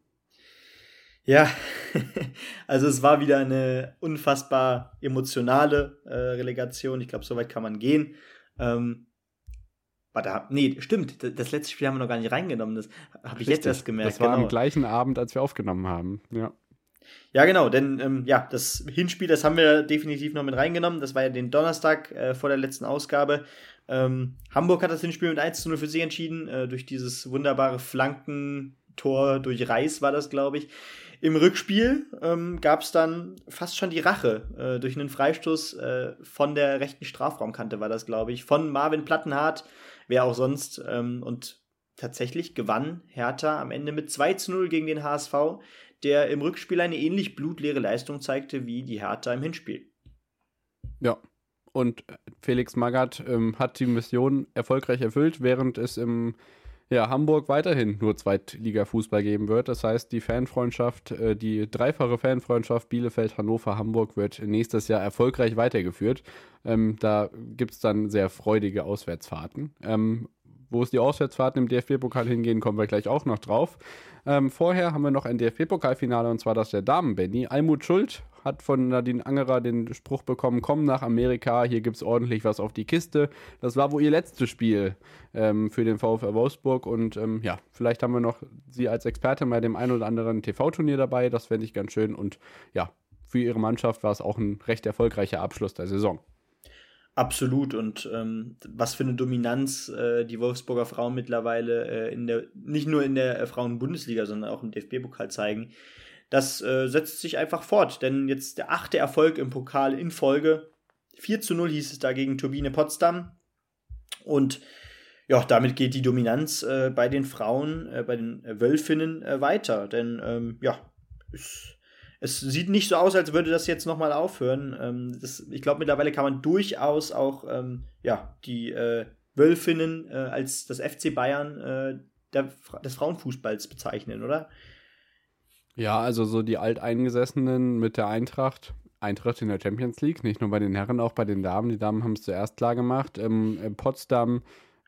Ja, also es war wieder eine unfassbar emotionale äh, Relegation. Ich glaube, so weit kann man gehen. Ähm, warte, nee, stimmt. Das letzte Spiel haben wir noch gar nicht reingenommen. Das habe ich jetzt erst gemerkt. Das war genau. am gleichen Abend, als wir aufgenommen haben. Ja. Ja, genau, denn ähm, ja, das Hinspiel, das haben wir definitiv noch mit reingenommen. Das war ja den Donnerstag äh, vor der letzten Ausgabe. Ähm, Hamburg hat das Hinspiel mit eins zu null für sie entschieden, äh, durch dieses wunderbare Flankentor durch Reis war das, glaube ich. Im Rückspiel ähm, gab es dann fast schon die Rache äh, durch einen Freistoß äh, von der rechten Strafraumkante, war das, glaube ich, von Marvin Plattenhardt, wer auch sonst. Ähm, und tatsächlich gewann Hertha am Ende mit zwei zu null gegen den H S V, der im Rückspiel eine ähnlich blutleere Leistung zeigte wie die Hertha im Hinspiel. Ja, und Felix Magath ähm, hat die Mission erfolgreich erfüllt, während es im ja, Hamburg weiterhin nur Zweitliga-Fußball geben wird. Das heißt, die Fanfreundschaft, äh, die dreifache Fanfreundschaft Bielefeld-Hannover-Hamburg wird nächstes Jahr erfolgreich weitergeführt. Ähm, da gibt es dann sehr freudige Auswärtsfahrten. Ähm, Wo es die Auswärtsfahrten im D F B-Pokal hingehen, kommen wir gleich auch noch drauf. Ähm, vorher haben wir noch ein D F B-Pokalfinale, und zwar das der Damen, Benny. Almut Schuld hat von Nadine Angerer den Spruch bekommen, komm nach Amerika, hier gibt's ordentlich was auf die Kiste. Das war wohl ihr letztes Spiel ähm, für den VfL Wolfsburg und ähm, ja, vielleicht haben wir noch sie als Expertin bei dem ein oder anderen T V-Turnier dabei, das fände ich ganz schön und ja, für ihre Mannschaft war es auch ein recht erfolgreicher Abschluss der Saison. Absolut, und ähm, was für eine Dominanz äh, die Wolfsburger Frauen mittlerweile äh, in der, nicht nur in der äh, Frauen-Bundesliga, sondern auch im D F B-Pokal zeigen. Das äh, setzt sich einfach fort, denn jetzt der achte Erfolg im Pokal in Folge. vier zu null hieß es da gegen Turbine Potsdam. Und ja, damit geht die Dominanz äh, bei den Frauen, äh, bei den äh, Wölfinnen äh, weiter. Denn ähm, ja, es, es sieht nicht so aus, als würde das jetzt nochmal aufhören. Ähm, das, ich glaube, mittlerweile kann man durchaus auch ähm, ja, die äh, Wölfinnen äh, als das F C Bayern äh, der, des Frauenfußballs bezeichnen, oder? Ja, also so die Alteingesessenen mit der Eintracht, Eintracht in der Champions League, nicht nur bei den Herren, auch bei den Damen. Die Damen haben es zuerst klar gemacht. Ähm, in Potsdam,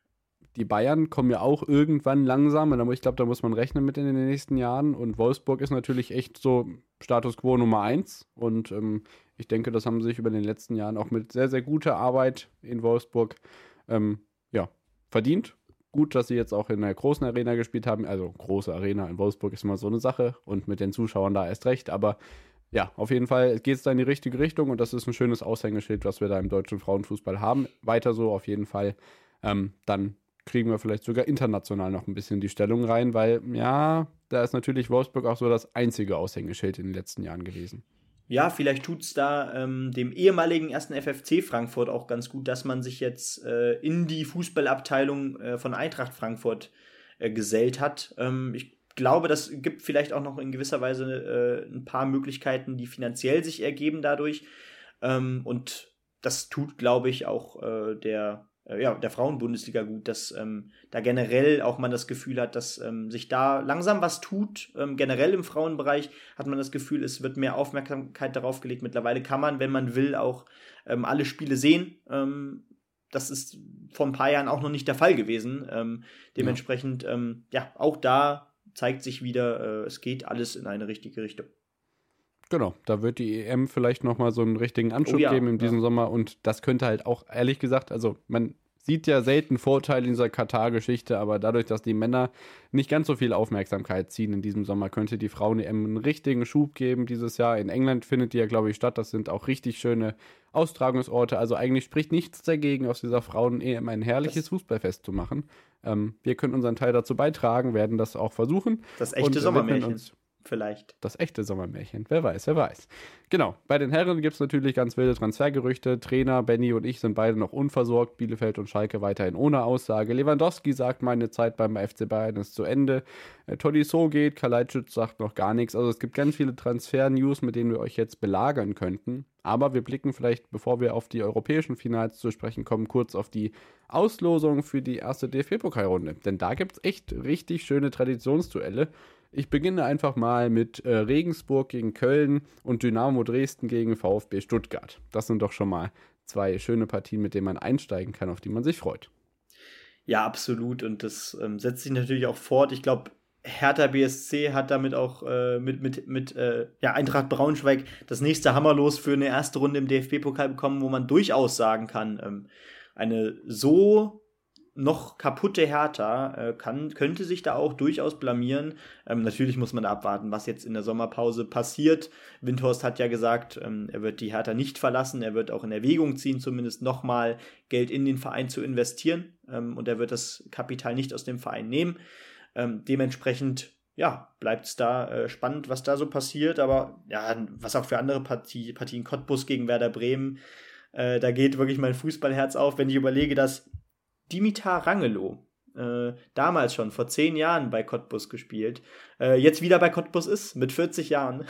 die Bayern kommen ja auch irgendwann langsam, und ich glaube, da muss man rechnen mit in den nächsten Jahren. Und Wolfsburg ist natürlich echt so Status Quo Nummer eins. Und ähm, ich denke, das haben sie sich über den letzten Jahren auch mit sehr, sehr guter Arbeit in Wolfsburg ähm, ja, verdient. Gut, dass sie jetzt auch in einer großen Arena gespielt haben. Also große Arena in Wolfsburg ist immer so eine Sache und mit den Zuschauern da erst recht. Aber ja, auf jeden Fall geht es da in die richtige Richtung und das ist ein schönes Aushängeschild, was wir da im deutschen Frauenfußball haben. Weiter so auf jeden Fall. Ähm, dann kriegen wir vielleicht sogar international noch ein bisschen die Stellung rein, weil ja, da ist natürlich Wolfsburg auch so das einzige Aushängeschild in den letzten Jahren gewesen. Ja, vielleicht tut es da ähm, dem ehemaligen ersten F F C Frankfurt auch ganz gut, dass man sich jetzt äh, in die Fußballabteilung äh, von Eintracht Frankfurt äh, gesellt hat. Ähm, ich glaube, das gibt vielleicht auch noch in gewisser Weise äh, ein paar Möglichkeiten, die finanziell sich ergeben dadurch. Ähm, und das tut, glaube ich, auch äh, der ja, der Frauenbundesliga gut, dass ähm, da generell auch man das Gefühl hat, dass ähm, sich da langsam was tut. Ähm, generell im Frauenbereich hat man das Gefühl, es wird mehr Aufmerksamkeit darauf gelegt. Mittlerweile kann man, wenn man will, auch ähm, alle Spiele sehen. Ähm, das ist vor ein paar Jahren auch noch nicht der Fall gewesen. Ähm, dementsprechend, ja. Ähm, ja, auch da zeigt sich wieder, äh, es geht alles in eine richtige Richtung. Genau, da wird die E M vielleicht nochmal so einen richtigen Anschub oh ja, geben in diesem ja. Sommer und das könnte halt auch, ehrlich gesagt, also man sieht ja selten Vorteile in dieser Katar-Geschichte, aber dadurch, dass die Männer nicht ganz so viel Aufmerksamkeit ziehen in diesem Sommer, könnte die Frauen-E M einen richtigen Schub geben dieses Jahr. In England findet die ja, glaube ich, statt. Das sind auch richtig schöne Austragungsorte. Also eigentlich spricht nichts dagegen, aus dieser Frauen-E M ein herrliches das Fußballfest zu machen. Ähm, wir können unseren Teil dazu beitragen, werden das auch versuchen. Das echte und Sommermärchen. Uns, vielleicht. Das echte Sommermärchen. Wer weiß, wer weiß. Genau, bei den Herren gibt es natürlich ganz wilde Transfergerüchte. Trainer Benny und ich sind beide noch unversorgt. Bielefeld und Schalke weiterhin ohne Aussage. Lewandowski sagt, meine Zeit beim F C Bayern ist zu Ende. Äh, Tolisso geht, Kalajdzic sagt noch gar nichts. Also es gibt ganz viele Transfer-News, mit denen wir euch jetzt belagern könnten. Aber wir blicken vielleicht, bevor wir auf die europäischen Finals zu sprechen kommen, kurz auf die Auslosung für die erste D F B-Pokalrunde. Denn da gibt es echt richtig schöne Traditionsduelle. Ich beginne einfach mal mit äh, Regensburg gegen Köln und Dynamo Dresden gegen VfB Stuttgart. Das sind doch schon mal zwei schöne Partien, mit denen man einsteigen kann, auf die man sich freut. Ja, absolut. Und das ähm, setzt sich natürlich auch fort. Ich glaube, Hertha B S C hat damit auch äh, mit, mit, mit äh, ja, Eintracht Braunschweig das nächste Hammerlos für eine erste Runde im D F B-Pokal bekommen, wo man durchaus sagen kann, ähm, eine so noch kaputte Hertha äh, kann, könnte sich da auch durchaus blamieren. Ähm, natürlich muss man da abwarten, was jetzt in der Sommerpause passiert. Windhorst hat ja gesagt, ähm, er wird die Hertha nicht verlassen, er wird auch in Erwägung ziehen, zumindest nochmal Geld in den Verein zu investieren, ähm, und er wird das Kapital nicht aus dem Verein nehmen. Ähm, dementsprechend, ja, bleibt es da äh, spannend, was da so passiert, aber ja, was auch für andere Partie, Partien, Cottbus gegen Werder Bremen, äh, da geht wirklich mein Fußballherz auf, wenn ich überlege, dass Dimitar Rangelow, äh, damals schon, vor zehn Jahren bei Cottbus gespielt, äh, jetzt wieder bei Cottbus ist, mit vierzig Jahren.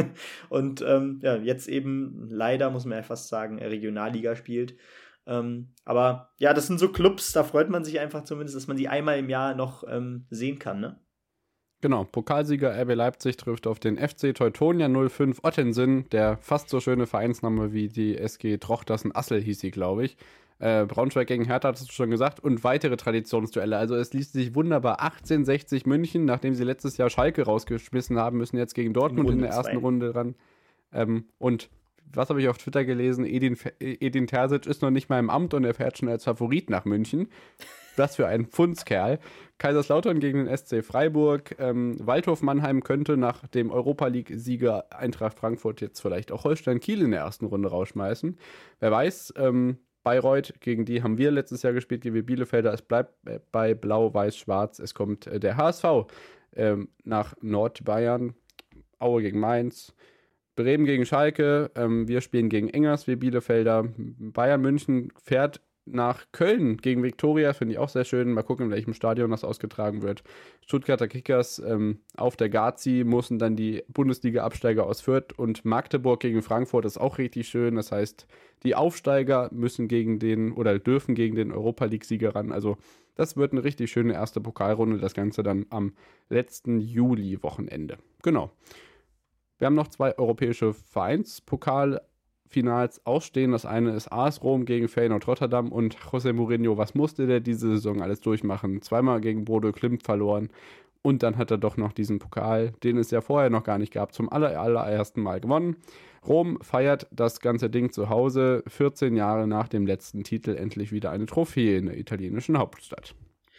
Und ähm, ja, jetzt eben leider, muss man ja fast sagen, Regionalliga spielt. Ähm, aber ja, das sind so Clubs, da freut man sich einfach zumindest, dass man die einmal im Jahr noch ähm, sehen kann, ne? Genau, Pokalsieger R B Leipzig trifft auf den F C Teutonia null fünf Ottensen, der fast so schöne Vereinsname wie die S G Trochtersen-Assel hieß sie, glaube ich. Äh, Braunschweig gegen Hertha, hast du schon gesagt, und weitere Traditionsduelle. Also es liest sich wunderbar. achtzehnhundertsechzig München, nachdem sie letztes Jahr Schalke rausgeschmissen haben, müssen jetzt gegen Dortmund in, in der ersten zwei. Runde ran. Ähm, und was habe ich auf Twitter gelesen? Edin, Edin Terzic ist noch nicht mal im Amt und er fährt schon als Favorit nach München. Was für ein Pfundskerl. Kaiserslautern gegen den S C Freiburg. Ähm, Waldhof Mannheim könnte nach dem Europa-League-Sieger Eintracht Frankfurt jetzt vielleicht auch Holstein Kiel in der ersten Runde rausschmeißen. Wer weiß, ähm, Bayreuth, gegen die haben wir letztes Jahr gespielt, G W Bielefelder. Es bleibt bei Blau-Weiß-Schwarz. Es kommt äh, der H S V ähm, nach Nordbayern. Aue gegen Mainz. Bremen gegen Schalke. Ähm, wir spielen gegen Engers, wir Bielefelder. Bayern München fährt nach Köln gegen Viktoria, finde ich auch sehr schön. Mal gucken, in welchem Stadion das ausgetragen wird. Stuttgarter Kickers ähm, auf der Gazi müssen dann die Bundesliga-Absteiger aus Fürth und Magdeburg gegen Frankfurt ist auch richtig schön. Das heißt, die Aufsteiger müssen gegen den oder dürfen gegen den Europa-League-Sieger ran. Also das wird eine richtig schöne erste Pokalrunde. Das Ganze dann am letzten Juli-Wochenende. Genau. Wir haben noch zwei europäische Vereinspokal Finals ausstehen. Das eine ist A S Rom gegen Feyenoord Rotterdam und José Mourinho, was musste der diese Saison alles durchmachen? Zweimal gegen Bodo Klimt verloren und dann hat er doch noch diesen Pokal, den es ja vorher noch gar nicht gab, zum aller, allerersten Mal gewonnen. Rom feiert das ganze Ding zu Hause, vierzehn Jahre nach dem letzten Titel endlich wieder eine Trophäe in der italienischen Hauptstadt.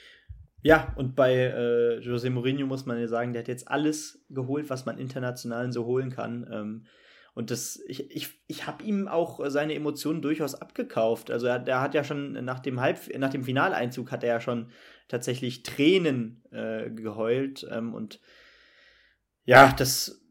Ja, und bei äh, José Mourinho muss man ja sagen, der hat jetzt alles geholt, was man international so holen kann. Ähm, Und das, ich, ich, ich habe ihm auch seine Emotionen durchaus abgekauft. Also er, er hat ja schon nach dem Halb, nach dem Finaleinzug hat er ja schon tatsächlich Tränen äh, geheult. Ähm, und ja, das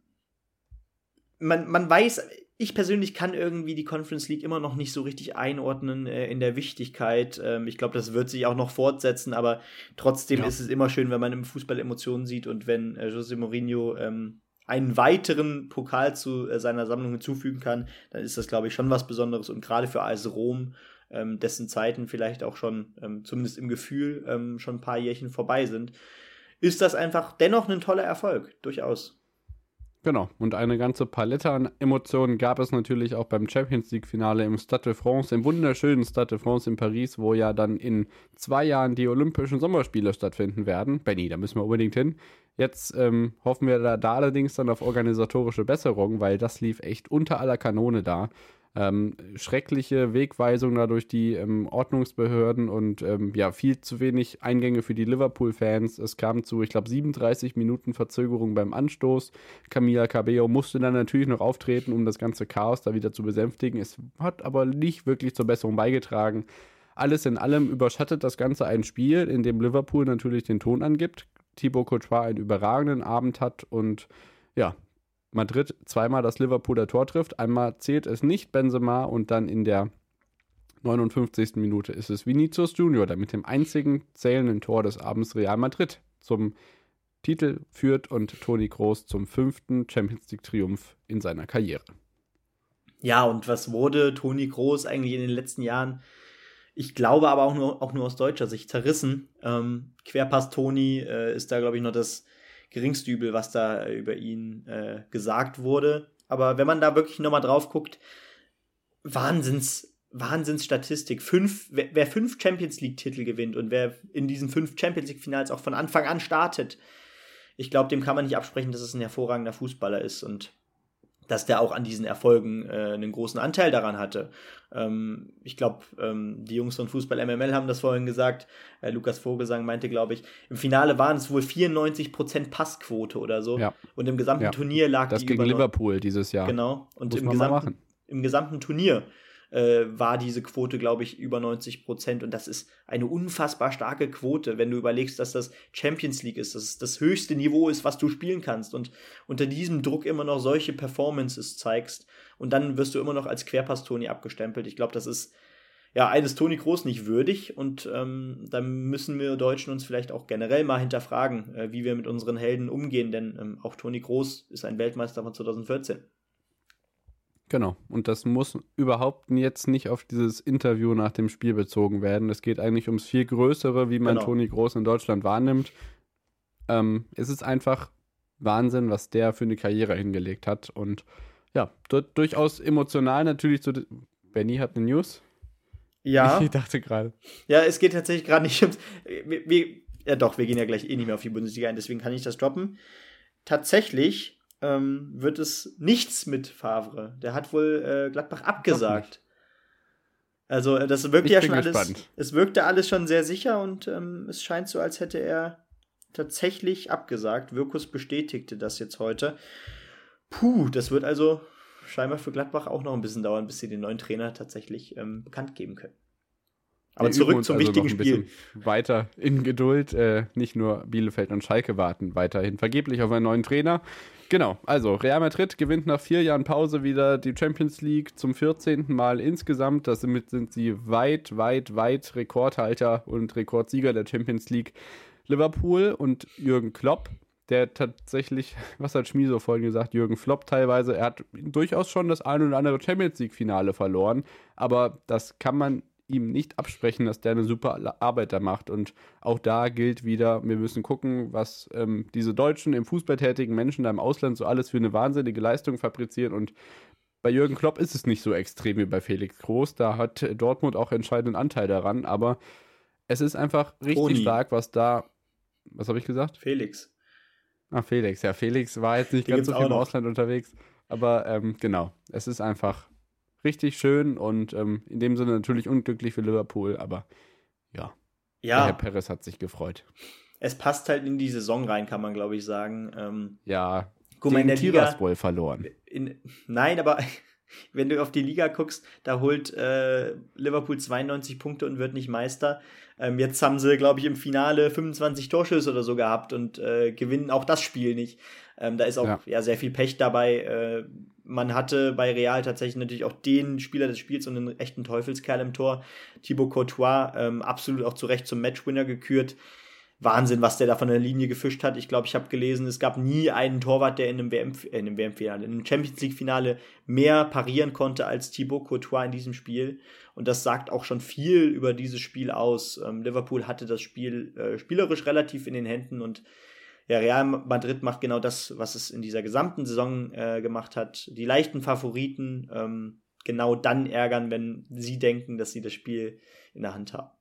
man, man weiß, ich persönlich kann irgendwie die Conference League immer noch nicht so richtig einordnen äh, in der Wichtigkeit. Ähm, ich glaube, das wird sich auch noch fortsetzen, aber trotzdem ja. ist es immer schön, wenn man im Fußball Emotionen sieht und wenn äh, José Mourinho ähm, einen weiteren Pokal zu äh, seiner Sammlung hinzufügen kann, dann ist das, glaube ich, schon was Besonderes. Und gerade für A S Rom, ähm, dessen Zeiten vielleicht auch schon, ähm, zumindest im Gefühl, ähm, schon ein paar Jährchen vorbei sind, ist das einfach dennoch ein toller Erfolg, durchaus. Genau, und eine ganze Palette an Emotionen gab es natürlich auch beim Champions-League-Finale im Stade de France, im wunderschönen Stade de France in Paris, wo ja dann in zwei Jahren die Olympischen Sommerspiele stattfinden werden. Benni, da müssen wir unbedingt hin. Jetzt ähm, hoffen wir da, da allerdings dann auf organisatorische Besserung, weil das lief echt unter aller Kanone da. Ähm, schreckliche Wegweisung da durch die ähm, Ordnungsbehörden und ähm, ja, viel zu wenig Eingänge für die Liverpool-Fans. Es kam zu, ich glaube, siebenunddreißig Minuten Verzögerung beim Anstoß. Camila Cabello musste dann natürlich noch auftreten, um das ganze Chaos da wieder zu besänftigen. Es hat aber nicht wirklich zur Besserung beigetragen. Alles in allem überschattet das Ganze ein Spiel, in dem Liverpool natürlich den Ton angibt. Thibaut Courtois einen überragenden Abend hat und ja, Madrid zweimal das Liverpooler Tor trifft. Einmal zählt es nicht Benzema und dann in der neunundfünfzigsten Minute ist es Vinicius Junior, der mit dem einzigen zählenden Tor des Abends Real Madrid zum Titel führt und Toni Kroos zum fünften Champions-League-Triumph in seiner Karriere. Ja, und was wurde Toni Kroos eigentlich in den letzten Jahren, ich glaube aber auch nur, auch nur aus deutscher Sicht, zerrissen. Ähm, Querpass Toni äh, ist da, glaube ich, noch das geringste Übel, was da äh, über ihn äh, gesagt wurde. Aber wenn man da wirklich nochmal drauf guckt, Wahnsinns, Wahnsinnsstatistik. Fünf, wer, wer fünf Champions-League-Titel gewinnt und wer in diesen fünf Champions-League-Finals auch von Anfang an startet, ich glaube, dem kann man nicht absprechen, dass es ein hervorragender Fußballer ist und dass der auch an diesen Erfolgen äh, einen großen Anteil daran hatte. Ähm, ich glaube, ähm, die Jungs von Fußball M M L haben das vorhin gesagt. Äh, Lukas Vogelsang meinte, glaube ich, im Finale waren es wohl vierundneunzig Prozent Passquote oder so. Ja. Und im gesamten Ja. Turnier lag das die gegen über Liverpool dieses Jahr. Genau. Und Muss im man mal gesamten, machen. im gesamten Turnier äh, war diese Quote, glaube ich, über neunzig Prozent. Und das ist eine unfassbar starke Quote, wenn du überlegst, dass das Champions League ist, dass es das höchste Niveau ist, was du spielen kannst. Und unter diesem Druck immer noch solche Performances zeigst. Und dann wirst du immer noch als Querpass-Toni abgestempelt. Ich glaube, das ist ja eines Toni Kroos nicht würdig. Und ähm, da müssen wir Deutschen uns vielleicht auch generell mal hinterfragen, äh, wie wir mit unseren Helden umgehen. Denn ähm, auch Toni Kroos ist ein Weltmeister von zweitausendvierzehn. Genau. Und das muss überhaupt jetzt nicht auf dieses Interview nach dem Spiel bezogen werden. Es geht eigentlich ums viel Größere, wie man Genau. Toni Kroos in Deutschland wahrnimmt. Ähm, es ist einfach Wahnsinn, was der für eine Karriere hingelegt hat. Und ja, du- durchaus emotional natürlich. Zu Benny hat eine News. Ja. Ich dachte gerade. Ja, es geht tatsächlich gerade nicht ums. Wir, wir, ja, doch, wir gehen ja gleich eh nicht mehr auf die Bundesliga ein, deswegen kann ich das droppen. Tatsächlich ähm, wird es nichts mit Favre. Der hat wohl äh, Gladbach abgesagt. Also, äh, das wirkte Ich ja bin schon alles. gespannt. Es wirkte alles schon sehr sicher und ähm, es scheint so, als hätte er tatsächlich abgesagt. Wirkus bestätigte das jetzt heute. Puh, das wird also scheinbar für Gladbach auch noch ein bisschen dauern, bis sie den neuen Trainer tatsächlich ähm, bekannt geben können. Aber Wir üben zurück uns zum also wichtigen noch ein Spiel. bisschen Weiter in Geduld. Äh, nicht nur Bielefeld und Schalke warten weiterhin vergeblich auf einen neuen Trainer. Genau, also Real Madrid gewinnt nach vier Jahren Pause wieder die Champions League zum vierzehnten Mal insgesamt. Damit sind sie weit, weit, weit Rekordhalter und Rekordsieger der Champions League. Liverpool und Jürgen Klopp, der tatsächlich, was hat Schmieso vorhin gesagt, Jürgen Klopp teilweise, er hat durchaus schon das ein oder andere Champions League-Finale verloren, aber das kann man ihm nicht absprechen, dass der eine super Arbeit da macht. Und auch da gilt wieder, wir müssen gucken, was ähm, diese deutschen im Fußball tätigen Menschen da im Ausland so alles für eine wahnsinnige Leistung fabrizieren. Und bei Jürgen Klopp ist es nicht so extrem wie bei Felix Groß. Da hat Dortmund auch entscheidenden Anteil daran. Aber es ist einfach richtig Toni. stark, was da... Was habe ich gesagt? Felix. Ah, Felix. Ja, Felix war jetzt nicht Den ganz so gibt's viel im auch noch. Ausland unterwegs. Aber ähm, genau, es ist einfach richtig schön und ähm, in dem Sinne natürlich unglücklich für Liverpool, aber ja, der Herr Ja, Perez hat sich gefreut. es passt halt in die Saison rein, kann man glaube ich sagen. Ähm, Ja, guck mal, in gegen der Liga. Tiraspol verloren. In, nein, aber wenn du auf die Liga guckst, da holt äh, Liverpool zweiundneunzig Punkte und wird nicht Meister. Ähm, jetzt haben sie, glaube ich, im Finale fünfundzwanzig Torschüsse oder so gehabt und äh, gewinnen auch das Spiel nicht. Ähm, da ist auch Ja. ja. sehr viel Pech dabei. Äh, man hatte bei Real tatsächlich natürlich auch den Spieler des Spiels und einen echten Teufelskerl im Tor, Thibaut Courtois, ähm, absolut auch zu Recht zum Matchwinner gekürt. Wahnsinn, was der da von der Linie gefischt hat. Ich glaube, ich habe gelesen, es gab nie einen Torwart, der in einem W M, äh, in einem W M-Finale, in einem Champions League-Finale mehr parieren konnte als Thibaut Courtois in diesem Spiel. Und das sagt auch schon viel über dieses Spiel aus. Ähm, Liverpool hatte das Spiel äh, spielerisch relativ in den Händen und ja, Real Madrid macht genau das, was es in dieser gesamten Saison äh, gemacht hat. Die leichten Favoriten ähm, genau dann ärgern, wenn sie denken, dass sie das Spiel in der Hand haben.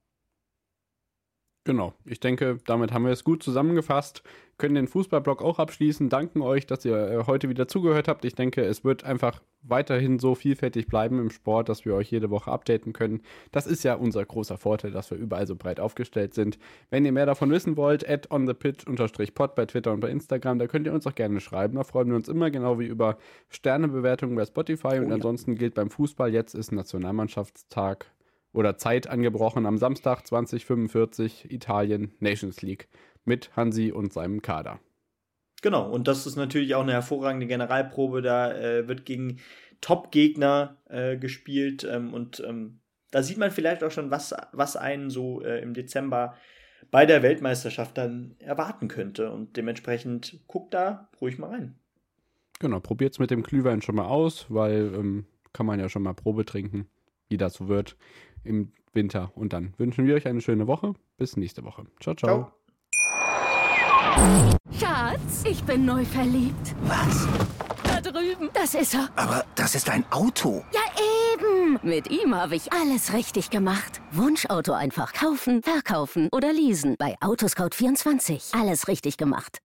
Genau, ich denke, damit haben wir es gut zusammengefasst. Können den Fußballblog auch abschließen. Danken euch, dass ihr äh, heute wieder zugehört habt. Ich denke, es wird einfach weiterhin so vielfältig bleiben im Sport, dass wir euch jede Woche updaten können. Das ist ja unser großer Vorteil, dass wir überall so breit aufgestellt sind. Wenn ihr mehr davon wissen wollt, at onthepitch-pod bei Twitter und bei Instagram, da könnt ihr uns auch gerne schreiben. Da freuen wir uns immer, genau wie über Sternebewertungen bei Spotify. Und ja. ansonsten gilt beim Fußball, jetzt ist Nationalmannschaftstag oder Zeit angebrochen am Samstag zwanzig fünfundvierzig Italien Nations League mit Hansi und seinem Kader. Genau, und das ist natürlich auch eine hervorragende Generalprobe. Da äh, wird gegen Top-Gegner äh, gespielt ähm, und ähm, da sieht man vielleicht auch schon, was, was einen so äh, im Dezember bei der Weltmeisterschaft dann erwarten könnte. Und dementsprechend guckt da ruhig mal rein. Genau, probiert's mit dem Glühwein schon mal aus, weil ähm, kann man ja schon mal Probe trinken, wie das so wird im Winter. Und dann wünschen wir euch eine schöne Woche. Bis nächste Woche. Ciao, ciao. Ciao. Schatz, ich bin neu verliebt. Was? Da drüben. Das ist er. Aber das ist ein Auto. Ja, eben. Mit ihm habe ich alles richtig gemacht. Wunschauto einfach kaufen, verkaufen oder leasen. Bei Autoscout vierundzwanzig. Alles richtig gemacht.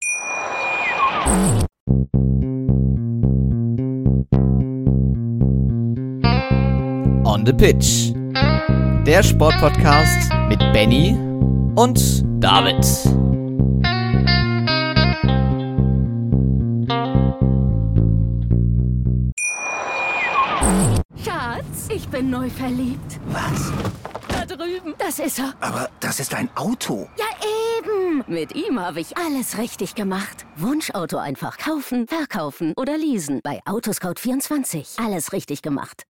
On the Pitch. Der Sportpodcast mit Benny und David. Schatz, ich bin neu verliebt. Was? Da drüben. Das ist er. Aber das ist ein Auto. Ja, eben. Mit ihm habe ich alles richtig gemacht. Wunschauto einfach kaufen, verkaufen oder leasen. Bei Autoscout vierundzwanzig. Alles richtig gemacht.